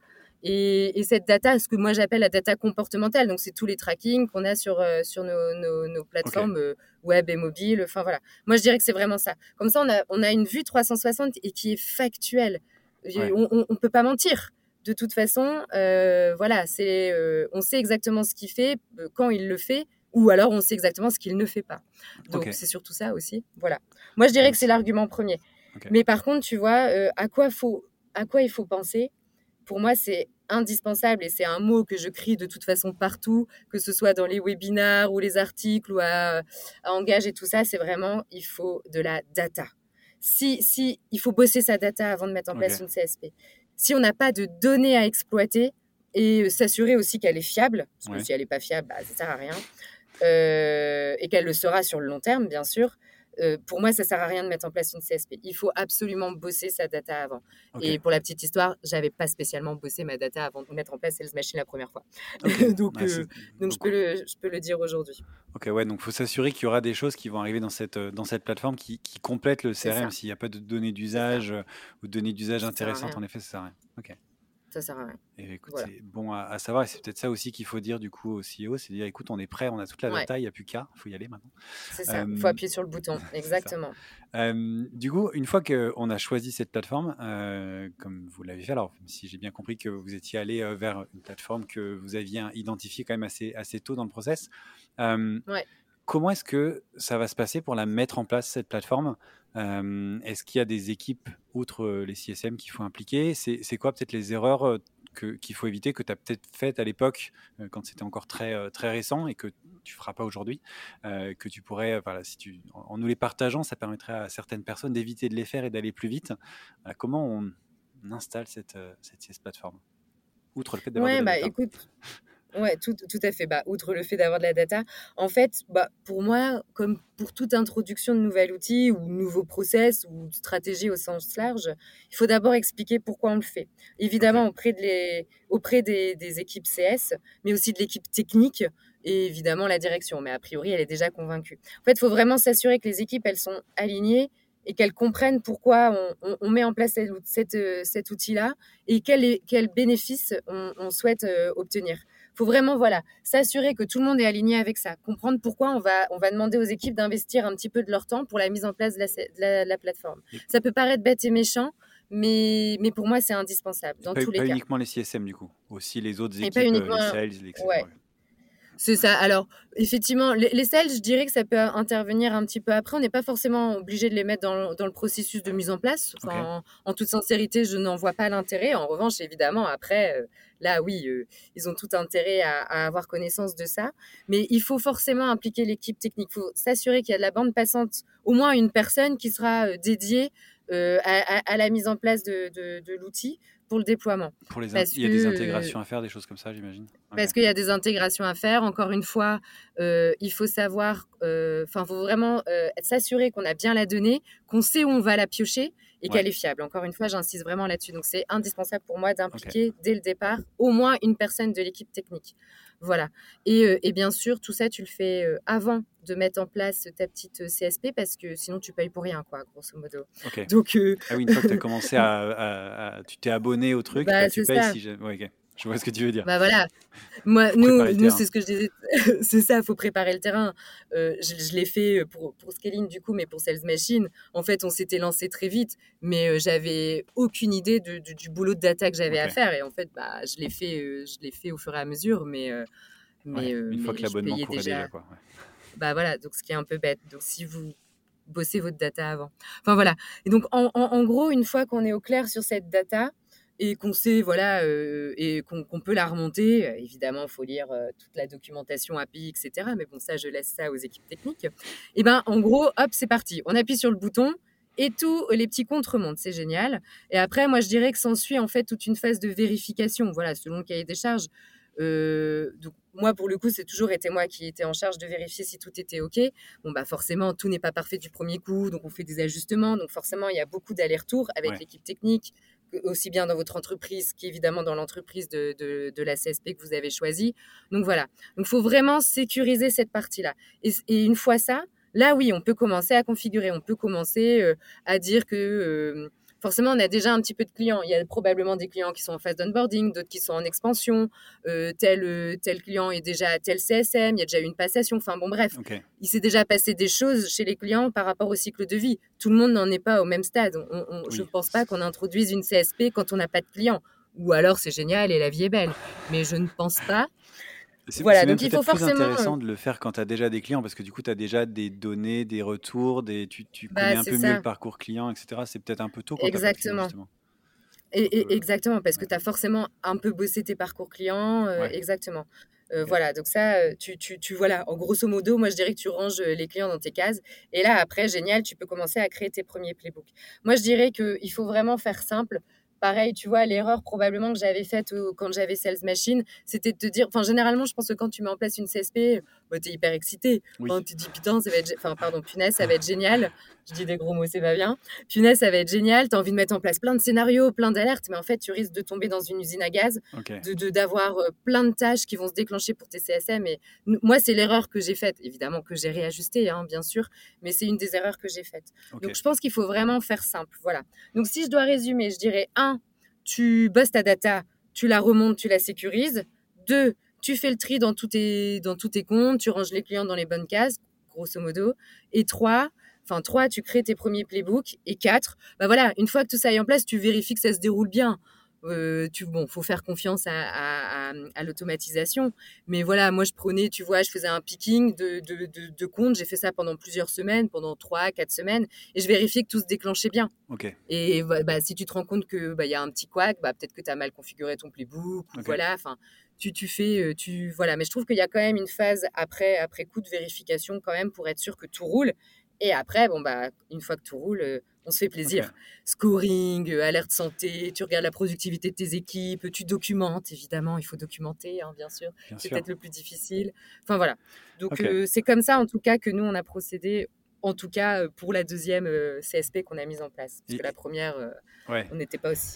Et cette data, ce que moi j'appelle la data comportementale, donc c'est tous les trackings qu'on a sur nos ok, plateformes web et mobile. Enfin voilà. Moi je dirais que c'est vraiment ça. Comme ça, on a une vue 360 et qui est factuelle. ouais, On peut pas mentir. De toute façon, voilà, on sait exactement ce qu'il fait, quand il le fait, ou alors on sait exactement ce qu'il ne fait pas. ok. Donc c'est surtout ça aussi. Voilà. Moi je Ah, dirais mais que c'est l'argument premier. ok, Mais par contre, tu vois, à quoi il faut penser. Pour moi, c'est indispensable et c'est un mot que je crie de toute façon partout, que ce soit dans les webinars ou les articles ou à Engage et tout ça, c'est vraiment, il faut de la data. Il faut bosser sa data avant de mettre en place ok, une CSP. Si on n'a pas de données à exploiter et s'assurer aussi qu'elle est fiable, parce que ouais, si elle n'est pas fiable, bah, ça sert à rien, et qu'elle le sera sur le long terme, bien sûr, Pour moi, ça sert à rien de mettre en place une CSP. Il faut absolument bosser sa data avant. Ok. Et pour la petite histoire, j'avais pas spécialement bossé ma data avant de mettre en place Sales Machine la première fois. Ok. donc, Ouais, donc donc, je peux le dire aujourd'hui. ok, ouais, donc faut s'assurer qu'il y aura des choses qui vont arriver dans cette plateforme qui complètent le C'est CRM. ça, S'il n'y a pas de données c'est ça. d'usage ou de données d'usage Ça sert à intéressantes, en rien. effet, ça sert à rien. Ok. Ça sert à rien. Et écoute, Voilà. c'est bon à savoir. Et c'est peut-être ça aussi qu'il faut dire du coup au CEO, c'est dire, écoute, on est prêt, on a toute la Ouais, data, il n'y a plus qu'à, il faut y aller maintenant. c'est ça. Il faut Euh, appuyer sur le bouton. c'est ça. Exactement. Du coup, une fois qu'on a choisi cette plateforme, comme vous l'avez fait, alors si j'ai bien compris que vous étiez allé vers une plateforme que vous aviez identifiée quand même assez tôt dans le process, euh, Ouais. comment est-ce que ça va se passer pour la mettre en place, cette plateforme? Est-ce qu'il y a des équipes, outre les CSM, qu'il faut impliquer? C'est quoi peut-être les erreurs qu'il faut éviter, que tu as peut-être faites à l'époque, quand c'était encore très récent et que tu ne feras pas aujourd'hui, que tu pourrais, voilà, si en nous les partageant, ça permettrait à certaines personnes d'éviter de les faire et d'aller plus vite. Comment on installe cette plateforme, outre le fait d'avoir de Ouais, la bah data? écoute, ouais, tout à fait. Bah, outre le fait d'avoir de la data, en fait, bah, pour moi, comme pour toute introduction de nouvel outil ou nouveau process ou de stratégie au sens large, il faut d'abord expliquer pourquoi on le fait. Ok, Évidemment, auprès des équipes CS, mais aussi de l'équipe technique et évidemment la direction. Mais a priori, elle est déjà convaincue. En fait, il faut vraiment s'assurer que les équipes, elles sont alignées et qu'elles comprennent pourquoi on met en place cet outil-là et quel bénéfice on souhaite obtenir. Il faut vraiment s'assurer que tout le monde est aligné avec ça, comprendre pourquoi on va demander aux équipes d'investir un petit peu de leur temps pour la mise en place de la plateforme. et, Ça peut paraître bête et méchant, mais pour moi, c'est indispensable et dans pas, tous les pas cas. uniquement les CSM du coup, aussi les autres Et pas équipes, uniquement... les sales, etc. Ouais, c'est ça. Alors, effectivement, les sales, je dirais que ça peut intervenir un petit peu après. On n'est pas forcément obligé de les mettre dans le processus de mise en place. Ok, Enfin, en toute sincérité, je n'en vois pas l'intérêt. En revanche, évidemment, après, là, oui, ils ont tout intérêt à avoir connaissance de ça. Mais il faut forcément impliquer l'équipe technique. Il faut s'assurer qu'il y a de la bande passante, au moins une personne qui sera dédiée à la mise en place de l'outil pour le déploiement. Parce il y a des que intégrations à faire, des choses comme ça, j'imagine. Ok, parce qu'il y a des intégrations à faire. Encore une fois, il faut savoir, enfin, faut vraiment s'assurer qu'on a bien la donnée, qu'on sait où on va la piocher et ouais, qu'elle est fiable. Encore une fois, j'insiste vraiment là-dessus. Donc, c'est indispensable pour moi ok. d'impliquer dès le départ au moins une personne de l'équipe technique. Voilà. Et bien sûr, tout ça, tu le fais avant de mettre en place ta petite CSP parce que sinon, tu payes pour rien, quoi, grosso modo. Ok. Donc, Ah oui, une fois que tu as commencé tu t'es abonné au truc, bah bah, tu c'est payes ça. si j'ai. Ouais, ok. Je vois ce que tu veux dire. Bah voilà, moi, Faut préparer le nous, terrain. c'est ce que je disais. C'est ça, il faut préparer le terrain. Je l'ai fait pour Scaling, du coup, mais pour Sales Machine, en fait, on s'était lancé très vite, mais j'avais aucune idée du boulot de data que j'avais Ok. à faire. Et en fait, bah, je l'ai fait au fur et à mesure, Ouais. Une fois que mais je l'abonnement payais courait déjà, déjà. quoi. Ouais. Bah voilà, donc ce qui est un peu bête. Donc si vous bossez votre data avant. Enfin voilà. Et donc en gros, une fois qu'on est au clair sur cette data et qu'on sait et qu'on peut la remonter, évidemment, il faut lire toute la documentation API, etc. Mais bon, ça, je laisse ça aux équipes techniques. Et ben en gros, hop, c'est parti. On appuie sur le bouton. Et tous les petits comptes remontent, c'est génial. Et après, moi, je dirais que s'ensuit en fait toute une phase de vérification, voilà, selon le cahier des charges. Donc moi, pour le coup, c'est toujours été moi qui étais en charge de vérifier si tout était OK. Bon, bah forcément, tout n'est pas parfait du premier coup, donc on fait des ajustements. Donc forcément, il y a beaucoup d'allers-retours avec Ouais. l'équipe technique, aussi bien dans votre entreprise qu'évidemment dans l'entreprise de la CSP que vous avez choisie. Donc voilà. Donc il faut vraiment sécuriser cette partie-là. Et une fois ça, là oui, on peut commencer à configurer, on peut commencer à dire que forcément, on a déjà un petit peu de clients. Il y a probablement des clients qui sont en phase d'onboarding, d'autres qui sont en expansion. Tel client est déjà à tel CSM, il y a déjà eu une passation. Enfin bon, bref, Ok. il s'est déjà passé des choses chez les clients par rapport au cycle de vie. Tout le monde n'en est pas au même stade. Je ne Oui. pense pas qu'on introduise une CSP quand on n'a pas de clients. Ou alors c'est génial et la vie est belle. Mais je ne pense pas. C'est Voilà, même donc il faut peut-être plus forcément... intéressant de le faire quand tu as déjà des clients parce que du coup, tu as déjà des données, des retours, tu connais Bah, un c'est peu mieux le ça, parcours client, etc. C'est peut-être un peu tôt quand tu pas de clients, exactement. justement. Et, Un peu. exactement, parce que Ouais. tu as forcément un peu bossé tes parcours clients. Ouais. Exactement. Ok. Voilà, donc ça, voilà, en grosso modo, moi je dirais que tu ranges les clients dans tes cases. Et là, après, génial, tu peux commencer à créer tes premiers playbooks. Moi, je dirais qu'il faut vraiment faire simple. Pareil, tu vois, l'erreur probablement que j'avais faite quand j'avais Sales Machine, c'était de te dire, enfin, généralement, je pense que quand tu mets en place une CSP, t'es hyper excité. Oui. Enfin, tu te dis, putain, punaise, ça va être génial. Je dis des gros mots, c'est pas bien. Punaise, ça va être génial. T'as envie de mettre en place plein de scénarios, plein d'alertes, mais en fait, tu risques de tomber dans une usine à gaz, Ok. d'avoir plein de tâches qui vont se déclencher pour tes CSM. Et moi, c'est l'erreur que j'ai faite. Évidemment que j'ai réajusté, hein, bien sûr, mais c'est une des erreurs que j'ai faites. Ok. Donc, je pense qu'il faut vraiment faire simple. Voilà. Donc, si je dois résumer, je dirais 1, tu bosses ta data, tu la remontes, tu la sécurises. 2, tu fais le tri dans tous tes comptes, tu ranges les clients dans les bonnes cases, grosso modo. Et 3, tu crées tes premiers playbooks. Et 4, voilà, une fois que tout ça est en place, tu vérifies que ça se déroule bien. Faut faire confiance à l'automatisation. Mais voilà, moi, je faisais un picking de comptes. J'ai fait ça pendant plusieurs semaines, pendant 3-4 semaines. Et je vérifiais que tout se déclenchait bien. Ok. Et si tu te rends compte que y a un petit couac, peut-être que tu as mal configuré ton playbook. Ou Ok. voilà, voilà. Mais je trouve qu'il y a quand même une phase après coup de vérification quand même pour être sûr que tout roule. Et après, une fois que tout roule, on se fait plaisir. Ok. Scoring, alerte santé, tu regardes la productivité de tes équipes, tu documentes, évidemment, il faut documenter, hein, bien sûr. Bien C'est sûr. peut-être le plus difficile. Enfin, voilà. Donc, Ok. c'est comme ça, en tout cas, que nous, on a procédé, en tout cas, pour la deuxième CSP qu'on a mise en place. Parce que la première, Ouais. on n'était pas aussi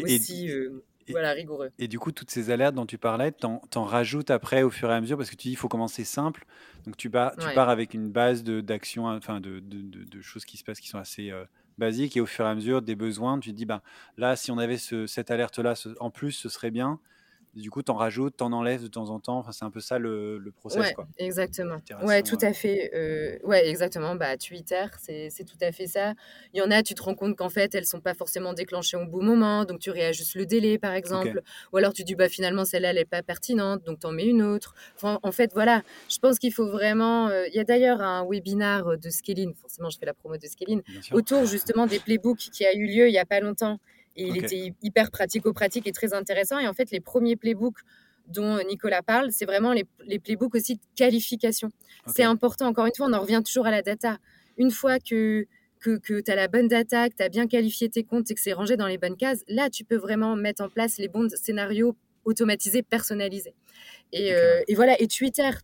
rigoureux. Et du coup, toutes ces alertes dont tu parlais, t'en rajoutes après au fur et à mesure parce que tu dis il faut commencer simple. Donc tu Ouais. pars avec une base d'actions, enfin de choses qui se passent qui sont assez basiques et au fur et à mesure des besoins, tu te dis là si on avait cette alerte là en plus ce serait bien. Et du coup, t'en rajoutes, t'en enlèves de temps en temps. Enfin, c'est un peu ça le process, Ouais, quoi. exactement. Itération, Ouais, tout à fait. Ouais, exactement. Tu itères, c'est tout à fait ça. Il y en a, tu te rends compte qu'en fait, elles sont pas forcément déclenchées au bon moment, donc tu réajustes le délai, par exemple. Ou alors tu dis, finalement, celle-là, elle est pas pertinente, donc t'en mets une autre. Enfin, en fait, voilà, je pense qu'il faut vraiment... Il y a d'ailleurs un webinar de Scaling, forcément, je fais la promo de Scaling, Bien sûr. autour justement des playbooks qui a eu lieu il y a pas longtemps. Et il Ok. était hyper pratico-pratique et très intéressant. Et en fait, les premiers playbooks dont Nicolas parle, c'est vraiment les playbooks aussi de qualification. Ok. C'est important, encore une fois, on en revient toujours à la data. Une fois que tu as la bonne data, que tu as bien qualifié tes comptes et que c'est rangé dans les bonnes cases, là, tu peux vraiment mettre en place les bons scénarios automatisés, personnalisés. Et, Ok, ouais. et voilà, et tu itères.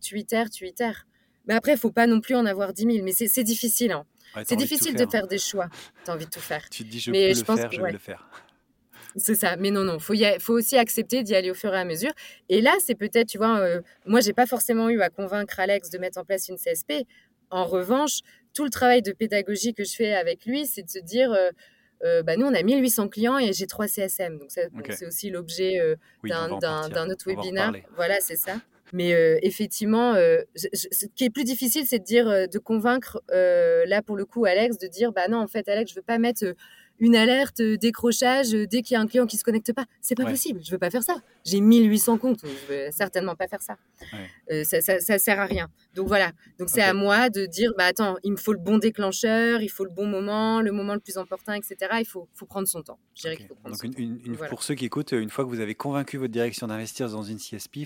Mais après, il ne faut pas non plus en avoir 10 000. Mais c'est difficile. Hein. Ouais, t'as C'est envie de tout difficile de faire. faire des choix. Tu as envie de tout faire. Tu te dis je Mais peux je le pense faire, que, je vais le faire. c'est ça, mais non, faut aussi accepter d'y aller au fur et à mesure. Et là, c'est peut-être, tu vois, moi, j'ai pas forcément eu à convaincre Alex de mettre en place une CSP. En revanche, tout le travail de pédagogie que je fais avec lui, c'est de se dire, nous, on a 1800 clients et j'ai 3 CSM. Donc, c'est aussi l'objet Oui, on va en partir. d'un autre On va en webinaire. reparler. Voilà, c'est ça. Mais effectivement, ce qui est plus difficile, c'est de dire, de convaincre, là, pour le coup, Alex, de dire, non, en fait, Alex, je veux pas mettre une alerte décrochage dès qu'il y a un client qui se connecte pas. C'est pas possible, je veux pas faire ça. J'ai 1800 comptes, je veux certainement pas faire ça. Ouais. Ça sert à rien. Donc voilà, donc c'est à moi de dire, attends, il me faut le bon déclencheur, il faut le bon moment, le moment le plus important, etc. Il faut prendre son temps. Je dirais qu'il faut prendre son temps. Pour ceux qui écoutent, une fois que vous avez convaincu votre direction d'investir dans une CSP,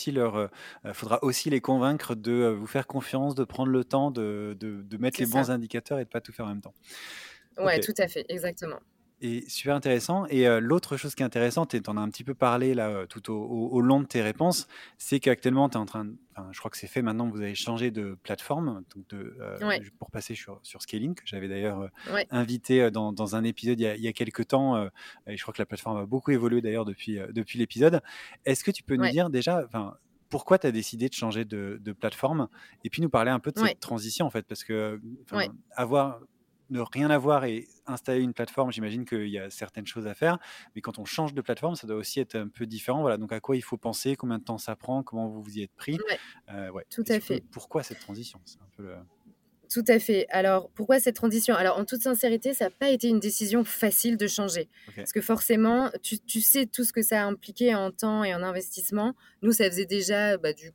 faudra aussi les convaincre de vous faire confiance, de prendre le temps de mettre les bons indicateurs et de pas tout faire en même temps. Ouais, tout à fait, exactement. Et super intéressant. Et l'autre chose qui est intéressante, et tu en as un petit peu parlé là tout au long de tes réponses, c'est qu'actuellement, tu es en train je crois que c'est fait maintenant, vous avez changé de plateforme pour passer sur Scaling, que j'avais d'ailleurs invité dans un épisode il y a quelques temps. Et je crois que la plateforme a beaucoup évolué d'ailleurs depuis l'épisode. Est-ce que tu peux nous dire déjà pourquoi tu as décidé de changer de plateforme et puis nous parler un peu de cette transition en fait, parce que ne rien avoir et installer une plateforme, j'imagine qu'il y a certaines choses à faire, mais quand on change de plateforme, ça doit aussi être un peu différent. Voilà, donc à quoi il faut penser, combien de temps ça prend, comment vous vous y êtes pris. Tout à fait. Pourquoi cette transition? C'est un peu Tout à fait. Alors, pourquoi cette transition? Alors, en toute sincérité, ça n'a pas été une décision facile de changer. Parce que forcément, tu sais tout ce que ça a impliqué en temps et en investissement. Nous, ça faisait déjà,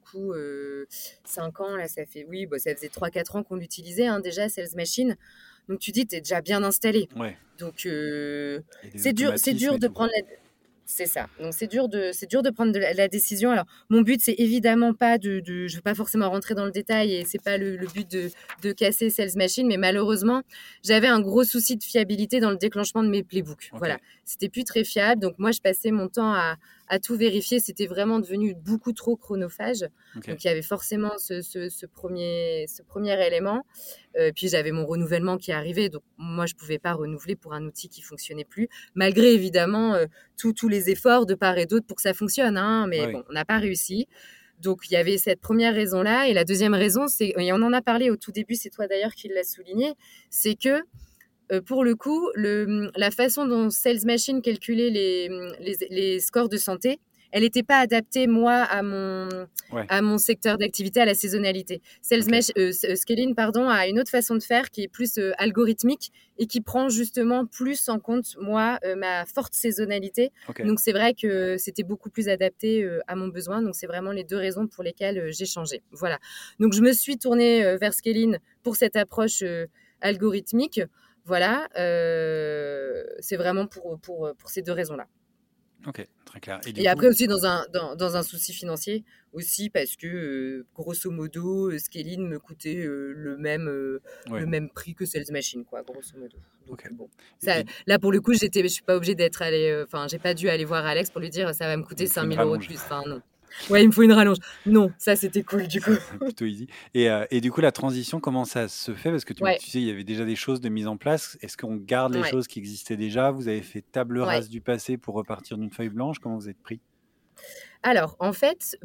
5 ans, là, ça faisait 3-4 ans qu'on l'utilisait, déjà, Sales Machine. Donc, tu dis, tu es déjà bien installé. Ouais. Donc, c'est dur de prendre la... C'est ça. Donc, c'est dur de prendre la décision. Alors, mon but, c'est évidemment pas je ne veux pas forcément rentrer dans le détail et c'est pas le but de casser Sales Machine, mais malheureusement, j'avais un gros souci de fiabilité dans le déclenchement de mes playbooks. Voilà. c'était plus très fiable. Donc moi, je passais mon temps à tout vérifier. C'était vraiment devenu beaucoup trop chronophage. Ok. Donc il y avait forcément ce premier élément. Puis j'avais mon renouvellement qui arrivait. Donc moi, je pouvais pas renouveler pour un outil qui fonctionnait plus, malgré évidemment tous les efforts de part et d'autre pour que ça fonctionne. Hein, mais Ouais, bon, on n'a pas réussi. Donc, il y avait cette première raison-là. Et la deuxième raison, et on en a parlé au tout début, c'est toi d'ailleurs qui l'as souligné, c'est que pour le coup, la façon dont Sales Machine calculait les scores de santé, elle n'était pas adaptée, moi, ouais, à mon secteur d'activité, à la saisonnalité. ok, Scaling, pardon, a une autre façon de faire qui est plus algorithmique et qui prend justement plus en compte, moi, ma forte saisonnalité. ok. Donc, c'est vrai que c'était beaucoup plus adapté à mon besoin. Donc, c'est vraiment les deux raisons pour lesquelles j'ai changé. Voilà. Donc, je me suis tournée vers Scaling pour cette approche algorithmique. Voilà, c'est vraiment pour ces deux raisons-là. Ok, très clair. Et du Et après coup, aussi dans un souci financier aussi parce que grosso modo, Scaling me coûtait ouais, le même prix que Sales Machine, quoi, grosso modo. Donc ok. bon, Et, ça, là pour le coup, je suis pas obligée d'être allée, enfin j'ai pas dû aller voir Alex pour lui dire ça va me il coûter me faut 5 une 000 € de rallonge. plus. Enfin non. Ouais, il me faut une rallonge. Non, ça c'était cool du coup. C'est plutôt easy. Et du coup, la transition, comment ça se fait? Parce que Ouais, tu sais, il y avait déjà des choses de mise en place. Est-ce qu'on garde les ouais, choses qui existaient déjà? Vous avez fait table ouais. rase du passé pour repartir d'une feuille blanche? Comment vous êtes pris? Alors, en fait,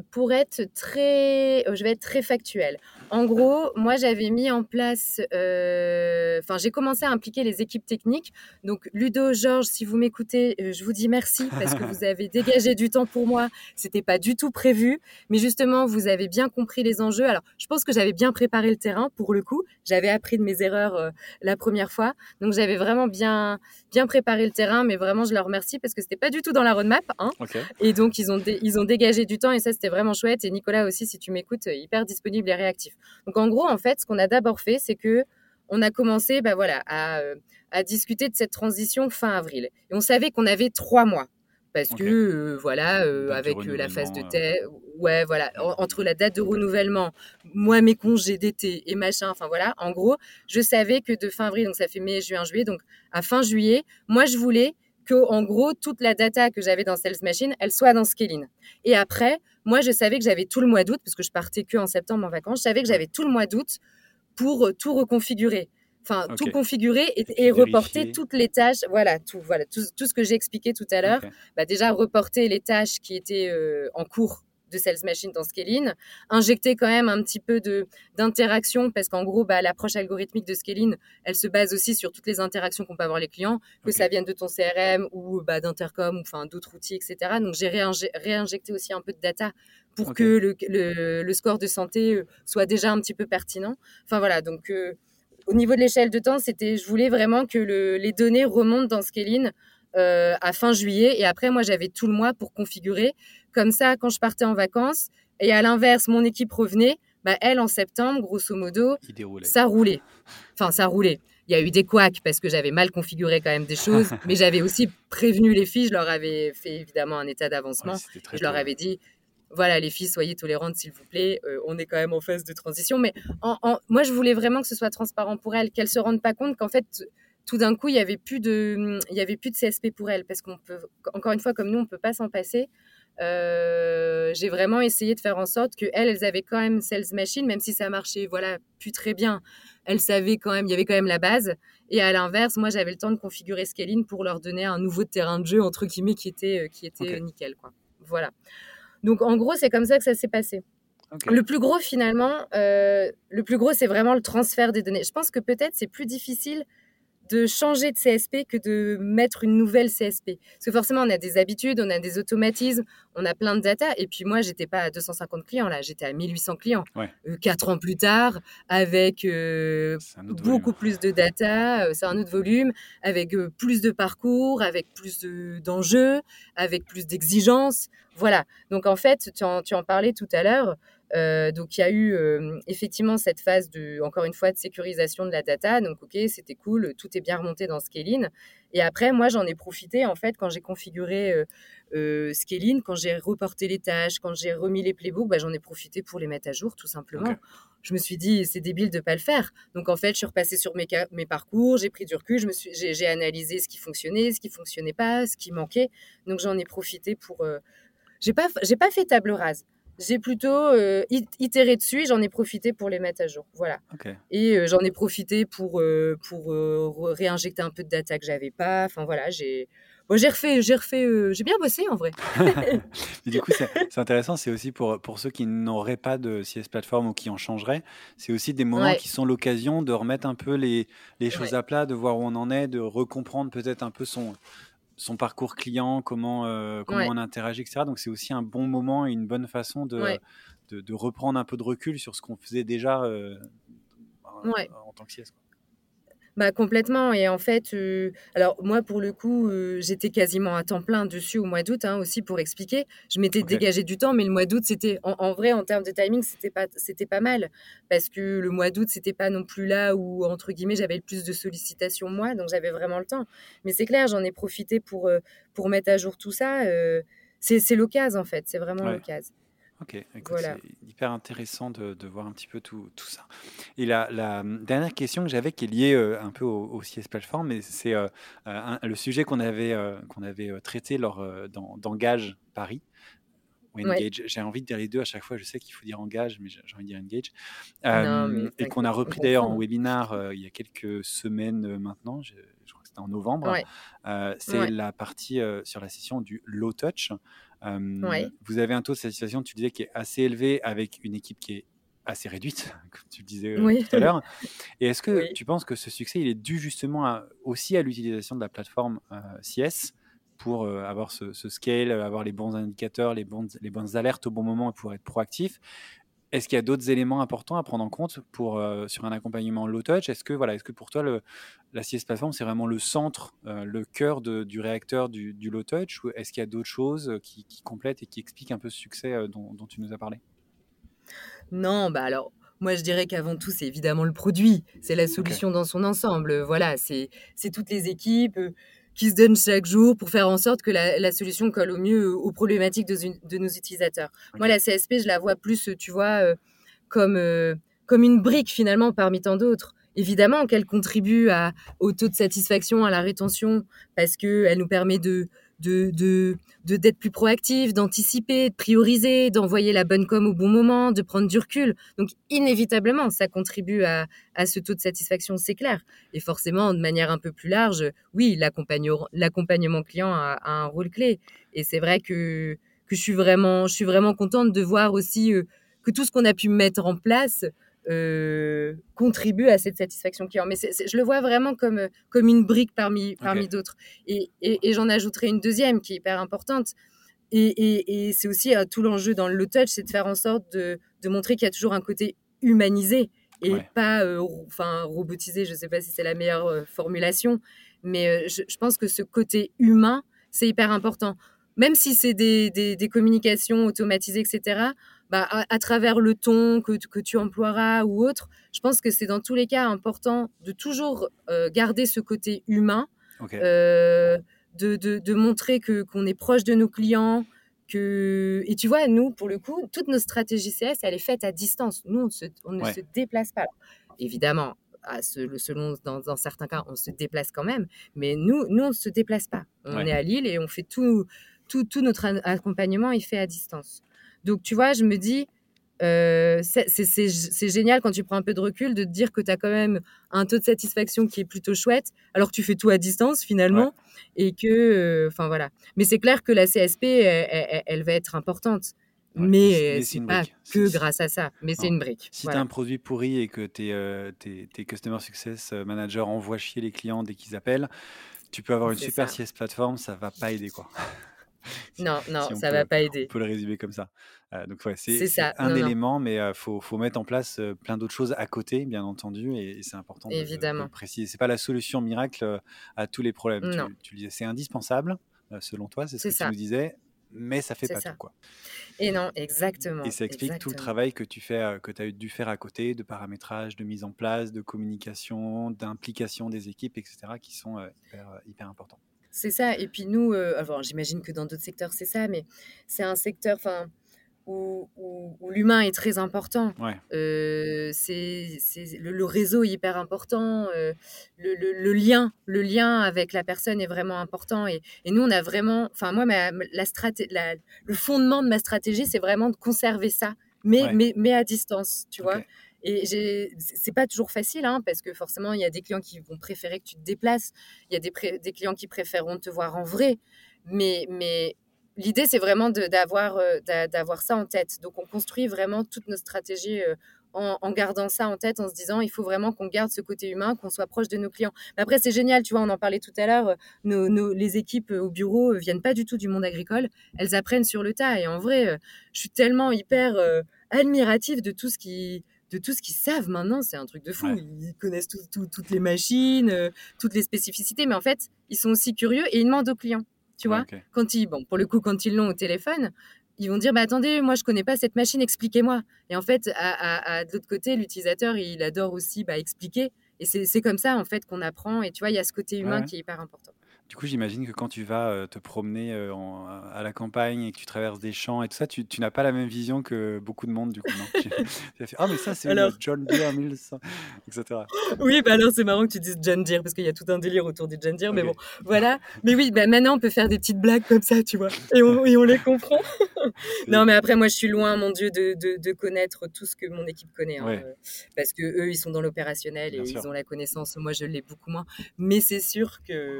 je vais être très factuelle. En gros, moi, j'avais mis en place, enfin, j'ai commencé à impliquer les équipes techniques. Donc, Ludo, Georges, si vous m'écoutez, je vous dis merci parce que vous avez dégagé du temps pour moi. C'était pas du tout prévu, mais justement, vous avez bien compris les enjeux. Alors, je pense que j'avais bien préparé le terrain pour le coup. J'avais appris de mes erreurs la première fois, donc j'avais vraiment bien préparé le terrain. Mais vraiment, je leur remercie parce que c'était pas du tout dans la roadmap, hein. Ok, Et donc, ils ont dégagé du temps et ça, c'était vraiment chouette. Et Nicolas aussi, si tu m'écoutes, hyper disponible et réactif. Donc, en gros, en fait, ce qu'on a d'abord fait, c'est que on a commencé bah, voilà, à discuter de cette transition fin avril. Et on savait qu'on avait 3 mois. Parce que, ok. voilà, Date du avec la phase de renouvellement. test, ouais, voilà, Ouais, entre la date de renouvellement, moi, mes congés d'été et machin, enfin voilà, en gros, je savais que de fin avril, donc ça fait mai, juin, juillet, donc à fin juillet, moi, je voulais que, en gros, toute la data que j'avais dans Sales Machine, elle soit dans Scaling. Et après, moi, je savais que j'avais tout le mois d'août, parce que je partais que en septembre en vacances, je savais que ouais, j'avais tout le mois d'août pour tout reconfigurer. Enfin, ok. tout configurer Et puis et reporter vérifier. toutes les tâches. Voilà, tout ce que j'ai expliqué tout à l'heure. Ok, Bah, déjà, reporter les tâches qui étaient en cours de Sales Machine dans Scaling, injecter quand même un petit peu d'interaction parce qu'en gros, bah, l'approche algorithmique de Scaling, elle se base aussi sur toutes les interactions qu'ont peut avoir les clients, que ok, ça vienne de ton CRM ou bah, d'Intercom ou enfin d'autres outils, etc. Donc j'ai réinjecté aussi un peu de data pour ok. que le score de santé soit déjà un petit peu pertinent. Enfin voilà, donc au niveau de l'échelle de temps, je voulais vraiment que les données remontent dans Scaling à fin juillet. Et après, moi, j'avais tout le mois pour configurer. Comme ça, quand je partais en vacances, et à l'inverse, mon équipe revenait, bah, elle, en septembre, grosso modo, Il déroulait. ça roulait. Enfin, ça roulait. Il y a eu des couacs parce que j'avais mal configuré quand même des choses, mais j'avais aussi prévenu les filles. Je leur avais fait évidemment un état Ouais, d'avancement c'était et très je leur tôt. Ouais. avais dit voilà, les filles, soyez tolérantes, s'il vous plaît. On est quand même en phase de transition. Mais moi, je voulais vraiment que ce soit transparent pour elles, qu'elles se rendent pas compte qu'en fait, tout d'un coup, il y avait plus de CSP pour elles. Parce qu'on peut, encore une fois, comme nous, on peut pas s'en passer. J'ai vraiment essayé de faire en sorte que elles avaient quand même Sales Machine, même si ça marchait, voilà, plus très bien. Elles savaient quand même, il y avait quand même la base. Et à l'inverse, moi, j'avais le temps de configurer Scaling pour leur donner un nouveau terrain de jeu, entre guillemets, qui Ok, était nickel, quoi. Voilà. Donc, en gros, c'est comme ça que ça s'est passé. ok. Le plus gros, finalement, c'est vraiment le transfert des données. Je pense que peut-être c'est plus difficile de changer de CSP que de mettre une nouvelle CSP. Parce que forcément, on a des habitudes, on a des automatismes, on a plein de data. Et puis moi, j'étais pas à 250 clients, là, j'étais à 1800 clients. Ouais, 4 ans plus tard, avec c'est un autre volume. beaucoup plus de data, c'est un autre volume, avec plus de parcours, avec plus d'enjeux, avec plus d'exigences. Voilà. Donc en fait, tu en parlais tout à l'heure. Donc il y a eu effectivement cette phase encore une fois, de sécurisation de la data. Donc ok, c'était cool, tout est bien remonté dans Scaling. Et après, moi, j'en ai profité en fait quand j'ai configuré scaling, quand j'ai reporté les tâches, quand j'ai remis les playbooks, bah, j'en ai profité pour les mettre à jour, tout simplement. Ok. Je me suis dit, c'est débile de pas le faire. Donc, en fait, je suis repassée sur mes parcours, j'ai pris du recul, j'ai analysé ce qui fonctionnait pas, ce qui manquait. Donc, j'en ai profité pour... j'ai pas fait table rase. J'ai plutôt itéré dessus et j'en ai profité pour les mettre à jour. Voilà. Ok. Et j'en ai profité pour réinjecter un peu de data que j'avais pas. Enfin, voilà, j'ai bien bossé, en vrai. Et du coup, c'est intéressant, c'est aussi pour ceux qui n'auraient pas de CS Platform ou qui en changeraient, c'est aussi des moments Ouais, qui sont l'occasion de remettre un peu les choses ouais, à plat, de voir où on en est, de recomprendre peut-être un peu son parcours client, comment ouais, on interagit, etc. Donc c'est aussi un bon moment et une bonne façon ouais, de reprendre un peu de recul sur ce qu'on faisait déjà ouais. en tant que CS, quoi. Bah, complètement. Et en fait, alors moi, pour le coup, j'étais quasiment à temps plein dessus au mois d'août, hein, aussi pour expliquer. Je m'étais Ok, dégagé du temps, mais le mois d'août, c'était en vrai, en termes de timing, c'était pas mal. Parce que le mois d'août, c'était pas non plus là où, entre guillemets, j'avais le plus de sollicitations, moi, donc j'avais vraiment le temps. Mais c'est clair, j'en ai profité pour mettre à jour tout ça. C'est l'occasion, en fait. C'est vraiment ouais. l'occasion. Ok, écoute, Voilà. c'est hyper intéressant de voir un petit peu tout ça. Et la dernière question que j'avais qui est liée un peu au CS Platform, mais c'est le sujet qu'on avait traité d'Engage Paris, ou Ouais. Engage. J'ai envie de dire les deux à chaque fois, je sais qu'il faut dire Engage, mais j'ai envie de dire Engage. Non, mais Et qu'on a t'inquiète, on repris d'ailleurs en comprend. webinar il y a quelques semaines maintenant, je crois que c'était en novembre. Ouais, C'est ouais, la partie sur la session du low touch. ouais, Vous avez un taux de satisfaction, tu disais, qui est assez élevé avec une équipe qui est assez réduite, comme tu le disais oui, tout à l'heure. Et est-ce que oui. tu penses que ce succès, il est dû justement aussi à l'utilisation de la plateforme CS pour avoir ce scale, avoir les bons indicateurs, les bonnes alertes au bon moment et pouvoir être proactif? Est-ce qu'il y a d'autres éléments importants à prendre en compte sur un accompagnement low touch? Est-ce que pour toi, la CS Platform, c'est vraiment le centre, le cœur du réacteur du low touch? Ou est-ce qu'il y a d'autres choses qui complètent et qui expliquent un peu ce succès dont tu nous as parlé? Non, bah alors, moi je dirais qu'avant tout, c'est évidemment le produit, c'est la Ok, solution dans son ensemble. Voilà, c'est toutes les équipes qui se donnent chaque jour pour faire en sorte que la solution colle au mieux aux problématiques de nos utilisateurs. Moi, ok, la CSP, je la vois plus, tu vois, comme, comme une brique finalement parmi tant d'autres. Évidemment qu'elle contribue au taux de satisfaction, à la rétention, parce qu'elle nous permet de, de, d'être plus proactif, d'anticiper, de prioriser, d'envoyer la bonne com au bon moment, de prendre du recul. Donc, inévitablement, ça contribue à ce taux de satisfaction, c'est clair. Et forcément, de manière un peu plus large, oui, l'accompagnement client a un rôle clé. Et c'est vrai que je suis vraiment contente de voir aussi que tout ce qu'on a pu mettre en place contribue à cette satisfaction client. Mais je le vois vraiment comme une brique ok, parmi d'autres. Et j'en ajouterai une deuxième qui est hyper importante. Et c'est aussi tout l'enjeu dans le low touch, c'est de faire en sorte de montrer qu'il y a toujours un côté humanisé et ouais, pas enfin robotisé. Je ne sais pas si c'est la meilleure formulation, mais je pense que ce côté humain, c'est hyper important. Même si c'est des communications automatisées, etc., bah, à travers le ton que tu emploieras ou autre, je pense que c'est dans tous les cas important de toujours garder ce côté humain, ok, euh, de montrer qu'on est proche de nos clients. Et tu vois, nous, pour le coup, toutes nos stratégies CS, elle est faite à distance. Nous, on ne ouais, se déplace pas. Alors, évidemment, selon dans certains cas, on se déplace quand même, mais nous on ne se déplace pas. On ouais, est à Lille et on fait tout notre accompagnement est fait à distance. Donc, tu vois, je me dis, c'est génial quand tu prends un peu de recul de te dire que tu as quand même un taux de satisfaction qui est plutôt chouette, alors que tu fais tout à distance ouais. finalement, et que, enfin voilà. Mais c'est clair que la CSP, elle va être importante, Ouais, mais mais c'est c'est une pas brique. que grâce à ça, mais c'est Non. une brique. Si tu as Voilà, un produit pourri et que tes Customer Success Manager envoient chier les clients dès qu'ils appellent, tu peux avoir une c'est super ça. CS plateforme, ça va pas aider, quoi. Si, Non, non, si on ça va peut, pas on aider. peut le résumer comme ça. Donc ouais, c'est C'est c'est ça. un Non, non, élément, mais faut mettre en place plein d'autres choses à côté, bien entendu, et c'est important de le évidemment. préciser. C'est pas la solution miracle à tous les problèmes. Non, Tu le disais, c'est indispensable, selon toi, c'est ce c'est que tu ça. nous disais, mais ça fait C'est pas tout, ça. quoi. Et non, Et exactement, ça explique tout le exactement. travail que tu fais, que tu as dû faire à côté, de paramétrage, de mise en place, de communication, d'implication des équipes, etc., qui sont hyper importants. C'est ça. Et puis nous, alors j'imagine que dans d'autres secteurs, c'est ça, mais c'est un secteur, enfin, où l'humain est très important. Ouais, Le réseau est hyper important. Le lien avec la personne est vraiment important. Et nous, on a vraiment, enfin moi, le fondement de ma stratégie, c'est vraiment de conserver ça, ouais, mais à distance, tu ok. vois. Et c'est pas toujours facile, hein, parce que forcément, il y a des clients qui vont préférer que tu te déplaces. Il y a des clients qui préféreront te voir en vrai. Mais l'idée, c'est vraiment d'avoir ça en tête. Donc, on construit vraiment toute notre stratégie en gardant ça en tête, en se disant, il faut vraiment qu'on garde ce côté humain, qu'on soit proche de nos clients. Mais après, c'est génial, tu vois, on en parlait tout à l'heure, les équipes au bureau viennent pas du tout du monde agricole, elles apprennent sur le tas. Et en vrai, je suis tellement hyper admirative de tout ce qu'ils savent maintenant. C'est un truc de fou. Ouais, Ils connaissent toutes les machines, toutes les spécificités, mais en fait, ils sont aussi curieux et ils demandent aux clients, tu ouais, vois. ok. Bon, pour le coup, quand ils l'ont au téléphone, ils vont dire, bah attendez, moi je connais pas cette machine, expliquez-moi. Et en fait, de l'autre côté, l'utilisateur, il adore aussi expliquer. Et c'est comme ça, en fait, qu'on apprend. Et tu vois, il y a ce côté Ouais, humain ouais. qui est hyper important. Du coup, j'imagine que quand tu vas te promener à la campagne et que tu traverses des champs et tout ça, tu n'as pas la même vision que beaucoup de monde, du coup, non? Tu as fait, ah, mais ça, c'est une Alors, John Deere 1100, etc. oui, bah alors c'est marrant que tu dises John Deere parce qu'il y a tout un délire autour du John Deere, mais Ok. bon, voilà. Mais oui, bah maintenant on peut faire des petites blagues comme ça, tu vois, et on les comprend. Non, C'est- mais après, moi, je suis loin, mon Dieu, de connaître tout ce que mon équipe connaît, hein, Ouais, parce que eux, ils sont dans l'opérationnel et bien ils sûr. ont la connaissance. Moi, je l'ai beaucoup moins. Mais c'est sûr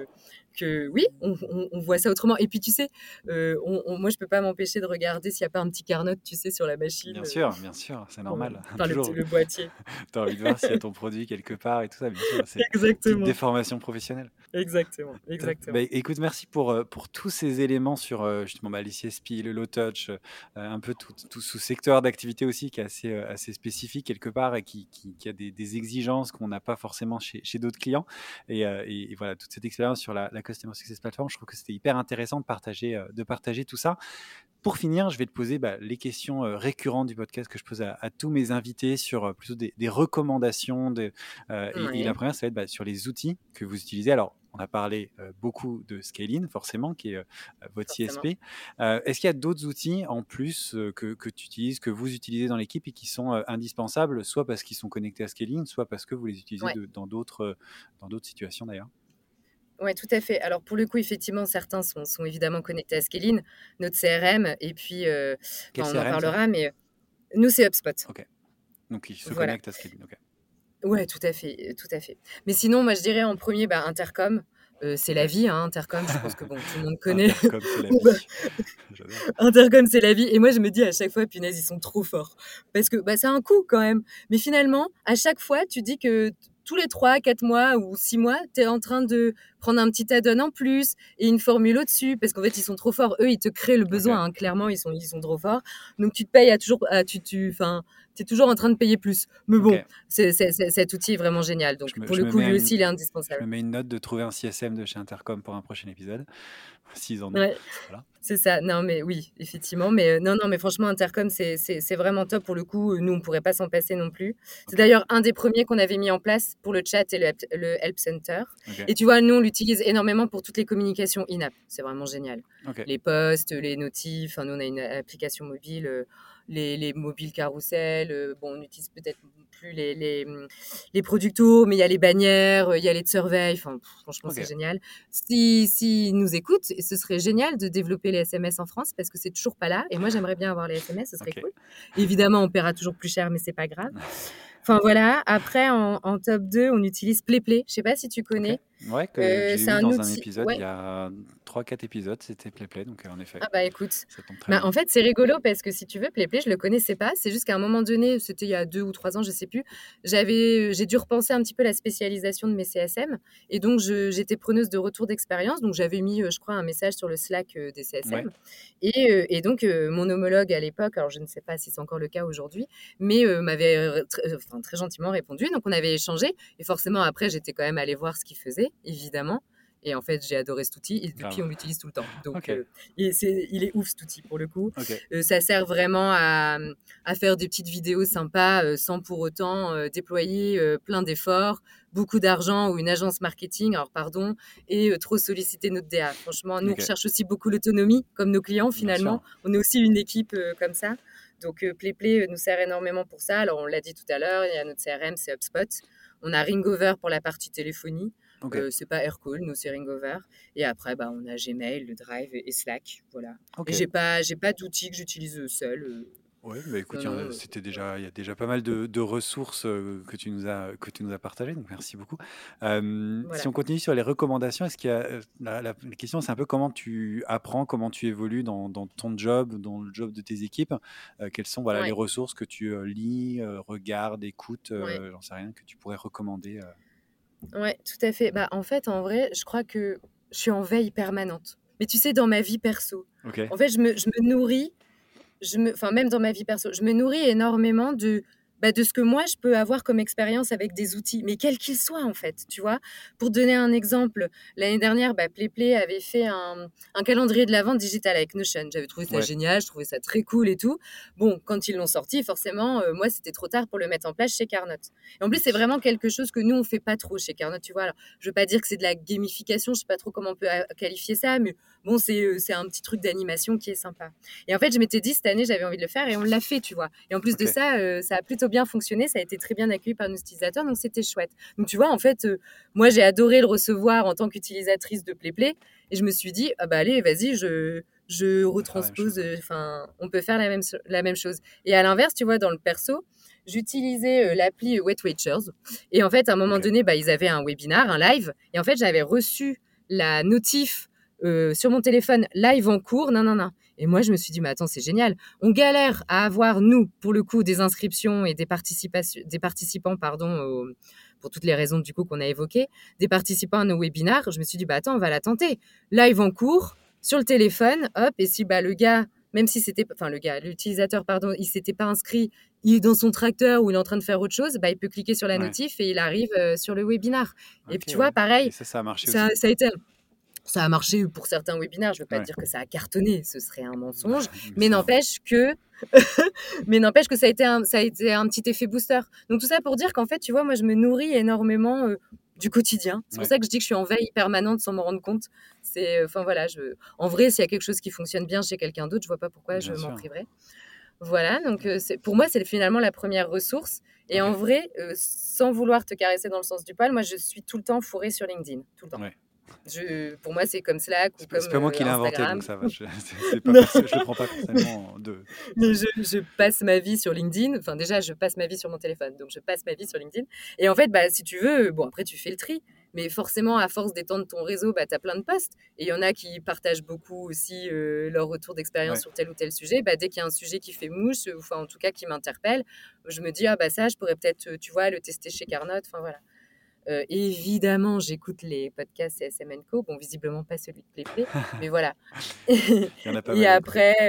que oui, on voit ça autrement. Et puis, tu sais, moi, je peux pas m'empêcher de regarder s'il n'y a pas un petit carnot, tu sais, sur la machine, Bien sûr, c'est euh, normal. enfin, Toujours, le boîtier. tu as envie de voir s'il y a ton produit quelque part et tout ça, bien sûr. C'est petite Exactement, déformation professionnelle. exactement, Top. Bah, exactement. écoute, merci pour tous ces éléments sur justement l'ICSP, le low touch, un peu tout ce secteur d'activité aussi qui est assez spécifique quelque part et qui a des exigences qu'on n'a pas forcément chez d'autres clients. Et voilà, toute cette expérience sur la Customer Success Platform, je trouve que c'était hyper intéressant de partager tout ça. Pour finir, je vais te poser les questions récurrentes du podcast que je pose à tous mes invités sur plutôt des recommandations. Et la Ouais, première, ça va être sur les outils que vous utilisez. Alors, on a parlé beaucoup de Scale-in, forcément, qui est votre forcément. CSP. Est-ce qu'il y a d'autres outils en plus que tu utilises, que vous utilisez dans l'équipe et qui sont indispensables, soit parce qu'ils sont connectés à Scale-in, soit parce que vous les utilisez Ouais. dans d'autres situations d'ailleurs? Ouais, tout à fait. Alors pour le coup, effectivement, certains sont évidemment connectés à Scaling, notre CRM, et puis, Quel on en CRM ça? parlera, mais nous, c'est HubSpot. Ok. Donc, ils se Voilà. connectent à Scale-in. Ok. Ouais, tout à fait, tout à fait. Mais sinon, moi, je dirais en premier, Intercom. C'est la Ok. vie, hein, Intercom. Je pense que bon, tout le monde connaît. Intercom, c'est la Bon, bah, vie. J'adore. Intercom, c'est la vie. Et moi, je me dis à chaque fois, punaise, ils sont trop forts. Parce que ça a un coût quand même. Mais finalement, à chaque fois, tu dis que tous les 3, 4 mois ou 6 mois, tu es en train de prendre un petit add-on en plus et une formule au-dessus. Parce qu'en fait, ils sont trop forts. Eux, ils te créent le Ok. besoin, hein. Clairement, ils sont trop forts. Donc, tu te payes enfin, t'es toujours en train de payer plus. Mais Ok. bon, cet outil est vraiment génial. Donc, pour Je le me coup, mets lui aussi, il est je indispensable. me mets une note de trouver un CSM de chez Intercom pour un prochain épisode, s'ils en ont. Ouais. Voilà. C'est ça. Non, mais oui, effectivement. Mais non, mais franchement, Intercom, c'est vraiment top pour le coup. Nous, on pourrait pas s'en passer non plus. C'est Ok. d'ailleurs un des premiers qu'on avait mis en place pour le chat et le Help Center. Ok. Et tu vois, nous, on l'utilise énormément pour toutes les communications in-app. C'est vraiment génial. Ok. Les posts, les notifs. Enfin, nous, on a une application mobile, les mobiles carrousel. Bon, on utilise peut-être plus les productos, mais il y a les bannières, il y a les surveilles. Enfin, franchement, c'est Ok. génial. Si ils nous écoutent, ce serait génial de développer les SMS en France parce que c'est toujours pas là. Et moi, j'aimerais bien avoir les SMS, ce serait Ok. cool. Évidemment, on paiera toujours plus cher, mais c'est pas grave. Enfin voilà. Après, en top 2, on utilise PlayPlay. Je sais pas si tu Ok. connais. Ouais, que j'ai C'est eu un dans un outil. épisode, il Ouais. y a 3-4 épisodes, c'était PlayPlay, donc en effet, Ah bah écoute, ça tombe très bien. en fait c'est rigolo parce que si tu veux, PlayPlay, je le connaissais pas. C'est juste qu'à un moment donné, c'était il y a 2 ou 3 ans, je sais plus, j'ai dû repenser un petit peu la spécialisation de mes CSM et donc j'étais preneuse de retour d'expérience. Donc j'avais mis, je crois, un message sur le Slack des Ouais. CSM et donc mon homologue à l'époque, alors je ne sais pas si c'est encore le cas aujourd'hui, mais m'avait enfin, très gentiment répondu. Donc on avait échangé et forcément après j'étais quand même allée voir ce qu'il faisait, évidemment. Et en fait, j'ai adoré cet outil. Et depuis, Grave. on l'utilise tout le temps. Donc, Ok. il est ouf cet outil pour le coup. Ok. Ça sert vraiment à faire des petites vidéos sympas sans pour autant déployer plein d'efforts, beaucoup d'argent ou une agence marketing, alors pardon, et trop solliciter notre DA. Franchement, nous, on Ok. recherche aussi beaucoup l'autonomie, comme nos clients Bien sûr. finalement. On est aussi une équipe comme ça. Donc, PlayPlay nous sert énormément pour ça. Alors, on l'a dit tout à l'heure, il y a notre CRM, c'est HubSpot. On a Ringover pour la partie téléphonie. Ok. C'est pas Aircall, nous, c'est Ringover. Et après, on a Gmail, le Drive et Slack. Voilà. Ok. Et j'ai pas d'outils que j'utilise seul. Ouais, bah écoute, Non, non. il y a déjà pas mal de ressources que tu nous as partagées, donc merci beaucoup. Si Voilà. on continue sur les recommandations, est-ce qu'il y a, la question, c'est un peu comment tu apprends, comment tu évolues dans ton job, dans le job de tes équipes. Quelles sont voilà, les Ouais, ressources que tu lis, regardes, écoutes, ouais, j'en sais rien, que tu pourrais recommander. ouais, tout à fait. En fait, en vrai, je crois que je suis en veille permanente. Mais tu sais, dans ma vie perso, Ok, en fait, je me nourris enfin, même dans ma vie perso, je me nourris énormément de ce que moi je peux avoir comme expérience avec des outils, mais quels qu'ils soient en fait, tu vois. Pour donner un exemple, l'année dernière, PlayPlay avait fait un calendrier de la vente digitale avec Notion. J'avais trouvé ça ouais, génial, je trouvais ça très cool et tout. Bon, quand ils l'ont sorti, forcément, moi c'était trop tard pour le mettre en place chez Carnot. Et en plus, c'est vraiment quelque chose que nous on fait pas trop chez Carnot, tu vois. Alors, je veux pas dire que c'est de la gamification, je sais pas trop comment on peut qualifier ça, mais bon, c'est un petit truc d'animation qui est sympa. Et en fait, je m'étais dit, cette année, j'avais envie de le faire et on l'a fait, tu vois. Et en plus de ok, ça, ça a plutôt bien fonctionné. Ça a été très bien accueilli par nos utilisateurs, donc c'était chouette. Donc, tu vois, en fait, moi, j'ai adoré le recevoir en tant qu'utilisatrice de PlayPlay. Et je me suis dit, ah bah allez, vas-y, je on peut faire la même chose. retranspose. Enfin, on peut faire la même chose. Et à l'inverse, tu vois, dans le perso, j'utilisais l'appli Weight Watchers. Et en fait, à un moment Ok, donné, ils avaient un webinar, un live. Et en fait, j'avais reçu la notif sur mon téléphone live en cours. Non, non, non. Et moi, je me suis dit, mais attends, c'est génial. On galère à avoir, nous, pour le coup, des inscriptions et des participants, pardon, pour toutes les raisons du coup qu'on a évoquées, des participants à nos webinars. Je me suis dit, attends, on va la tenter. Live en cours, sur le téléphone, hop, et si le gars, même si c'était, enfin l'utilisateur, pardon, il s'était pas inscrit, il est dans son tracteur ou il est en train de faire autre chose, il peut cliquer sur la ouais, notif et il arrive sur le webinar. Et ok, tu vois, ouais. Et pareil, ça a marché ça, aussi. ça a été ça a marché pour certains webinaires, je ne veux pas Ouais, dire que ça a cartonné, ce serait un bah, mensonge, il me mais semble. n'empêche que, mais n'empêche que ça a été un petit effet booster. Donc tout ça pour dire qu'en fait, tu vois, moi je me nourris énormément du quotidien. C'est pour Ouais, ça que je dis que je suis en veille permanente sans m'en rendre compte. Enfin voilà, en vrai, s'il y a quelque chose qui fonctionne bien chez quelqu'un d'autre, je vois pas pourquoi je bien m'en sûr. priverais. Voilà, donc pour moi, c'est finalement la première ressource. Et Ok, en vrai, sans vouloir te caresser dans le sens du poil, moi je suis tout le temps fourrée sur LinkedIn, tout le temps. ouais. Pour moi, c'est comme Slack ou C'est comme pas moi qui l'ai inventé, donc Instagram. ça va. C'est pas Non, je le prends pas personnellement de. mais je passe ma vie sur LinkedIn. Enfin, déjà, je passe ma vie sur mon téléphone, donc je passe ma vie sur LinkedIn. Et en fait, si tu veux, bon, après, tu fais le tri. Mais forcément, à force d'étendre ton réseau, tu as plein de posts. Et il y en a qui partagent beaucoup aussi leur retour d'expérience Ouais, sur tel ou tel sujet. Dès qu'il y a un sujet qui fait mouche, enfin, en tout cas, qui m'interpelle, je me dis, ah ça, je pourrais peut-être, tu vois, le tester chez Carnot. Enfin, voilà. Évidemment, j'écoute les podcasts CSM Co. Bon, visiblement pas celui de PlayPlay, mais voilà. il y en a pas Et mal à écouter. après,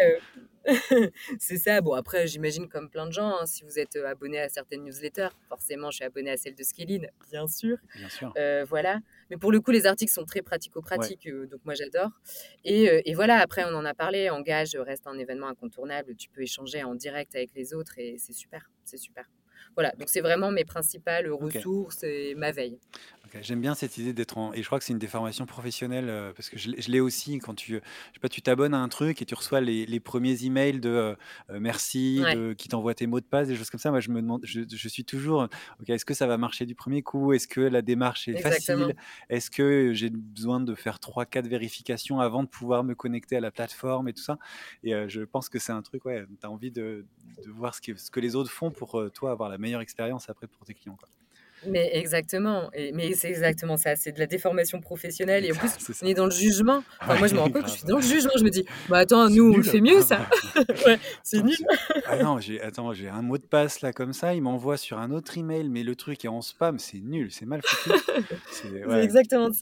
c'est ça. Bon, après, j'imagine comme plein de gens, hein, si vous êtes abonné à certaines newsletters, forcément, je suis abonné à celle de Skillin, bien sûr. Bien sûr. Voilà. Mais pour le coup, les articles sont très Ouais. pratico-pratiques, donc moi, j'adore. Et voilà, après, on en a parlé. Engage reste un événement incontournable. Tu peux échanger en direct avec les autres et c'est super. C'est super. Voilà, donc c'est vraiment mes principales Ok. ressources et ma veille. Ok. J'aime bien cette idée d'être en. Et je crois que c'est une des formations professionnelles parce que je l'ai aussi quand je sais pas, tu t'abonnes à un truc et tu reçois les premiers emails de merci, Ouais, qui t'envoient tes mots de passe, des choses comme ça. Moi, je me demande, je suis toujours, ok, est-ce que ça va marcher du premier coup? Est-ce que la démarche est facile? exactement. Est-ce que j'ai besoin de faire trois, quatre vérifications avant de pouvoir me connecter à la plateforme et tout ça? Et je pense que c'est un truc, ouais, tu as envie de voir ce que les autres font pour toi avoir la meilleure expérience après pour tes clients, quoi. Mais exactement, mais c'est exactement ça, c'est de la déformation professionnelle et en plus, C'est on est ça. dans le jugement. Enfin, moi, je me rends Ouais, compte que je grave. suis dans le jugement. Je me dis: «Bah, attends, C'est nous, on le nul. fait mieux ça». Ouais, c'est Attends, nul. ah non, j'ai un mot de passe là comme ça, il m'envoie sur un autre email, mais le truc est en spam, c'est nul, c'est mal foutu. C'est C'est ouais, exactement ça.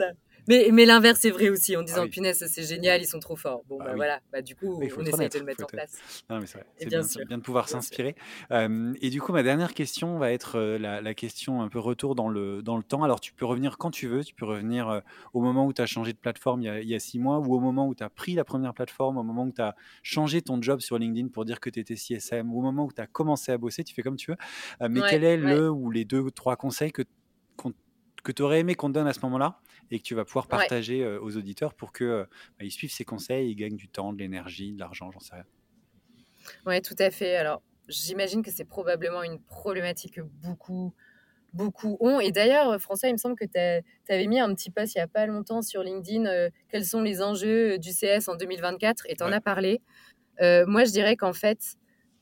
Mais l'inverse est vrai aussi, en disant oui. punaise, c'est génial, ils sont trop forts. Bon, Oui. voilà, du coup, Oui, il faut on être essaye honnête, de le mettre en place. Non, mais c'est vrai, Et c'est bien bien, sûr, bien de pouvoir bien sûr. s'inspirer. Et du coup, ma dernière question va être la question un peu retour dans le temps. Alors, tu peux revenir quand tu veux, tu peux revenir au moment où tu as changé de plateforme il y a 6 mois, ou au moment où tu as pris la première plateforme, au moment où tu as changé ton job sur LinkedIn pour dire que tu étais CSM, ou au moment où tu as commencé à bosser, tu fais comme tu veux. Mais Ouais, quel est ouais, le ou les 2 ou 3 conseils que tu aurais aimé qu'on te donne à ce moment-là et que tu vas pouvoir ouais. partager aux auditeurs pour que ils suivent ces conseils, ils gagnent du temps, de l'énergie, de l'argent, j'en sais rien. Ouais, tout à fait. Alors, j'imagine que c'est probablement une problématique que beaucoup ont. Et d'ailleurs, François, il me semble que tu avais mis un petit post il n'y a pas longtemps sur LinkedIn, quels sont les enjeux du CS en 2024, et tu en Ouais. as parlé. Moi, je dirais qu'en fait,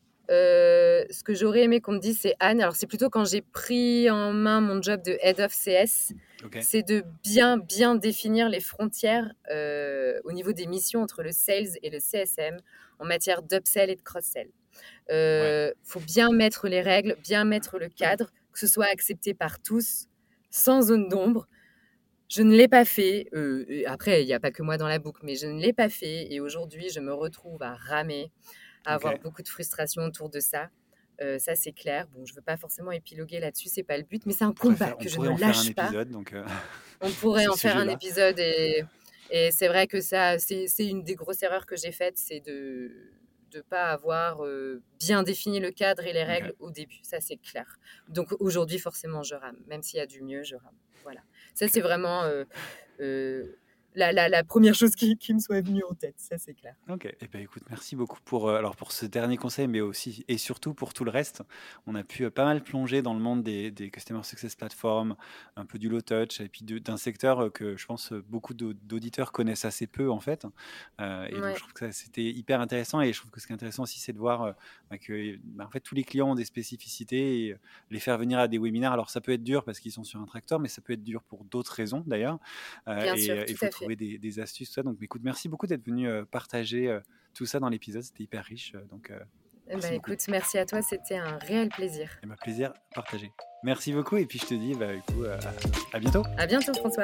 ce que j'aurais aimé qu'on me dise, c'est Anne, alors c'est plutôt quand j'ai pris en main mon job de Head of CS, Ok. c'est de bien définir les frontières au niveau des missions entre le sales et le CSM en matière d'upsell et de cross-sell. Ouais. Faut bien mettre les règles, bien mettre le cadre, que ce soit accepté par tous, sans zone d'ombre. Je ne l'ai pas fait. Après, il n'y a pas que moi dans la boucle, mais je ne l'ai pas fait. Et aujourd'hui, je me retrouve à ramer, à Ok. avoir beaucoup de frustration autour de ça. Ça, c'est clair. Bon, je ne veux pas forcément épiloguer là-dessus, c'est pas le but, mais c'est un combat On que je pourrait ne en faire un lâche pas. épisode, donc On pourrait ce en faire un sujet-là. épisode, et c'est vrai que ça, c'est une des grosses erreurs que j'ai faites, c'est de ne pas avoir bien défini le cadre et les Ok. règles au début. Ça, c'est clair. Donc aujourd'hui, forcément, je rame. Même s'il y a du mieux, je rame. Voilà. Ça, Ok. c'est vraiment euh, la première chose qui me soit venue en tête. Ça, c'est clair. Ok. Eh ben, écoute, merci beaucoup alors pour ce dernier conseil, mais aussi et surtout pour tout le reste. On a pu pas mal plonger dans le monde des Customer Success Platform, un peu du low touch, et puis d'un secteur que je pense beaucoup d'auditeurs connaissent assez peu en fait. Et donc je Ouais, trouve que c'était hyper intéressant. Et je trouve que ce qui est intéressant aussi, c'est de voir que en fait tous les clients ont des spécificités et les faire venir à des webinaires. Alors ça peut être dur parce qu'ils sont sur un tracteur, mais ça peut être dur pour d'autres raisons d'ailleurs. bien Et sûr, il tout faut à fait. trouver des astuces, tout ça. Donc, écoute, merci beaucoup d'être venu partager tout ça dans l'épisode. C'était hyper riche. Donc, merci beaucoup. Écoute, merci à toi. C'était un réel plaisir. Et ma plaisir partagé. Merci beaucoup. Et puis, je te dis, du coup, à bientôt. À bientôt, François.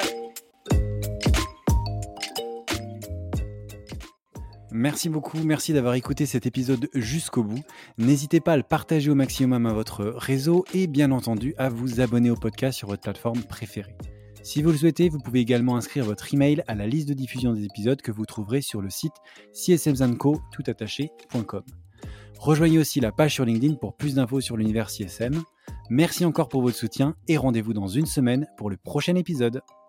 Merci beaucoup, merci d'avoir écouté cet épisode jusqu'au bout. N'hésitez pas à le partager au maximum à votre réseau et bien entendu à vous abonner au podcast sur votre plateforme préférée. Si vous le souhaitez, vous pouvez également inscrire votre email à la liste de diffusion des épisodes que vous trouverez sur le site csmzandco.com. Rejoignez aussi la page sur LinkedIn pour plus d'infos sur l'univers CSM. Merci encore pour votre soutien et rendez-vous dans une semaine pour le prochain épisode.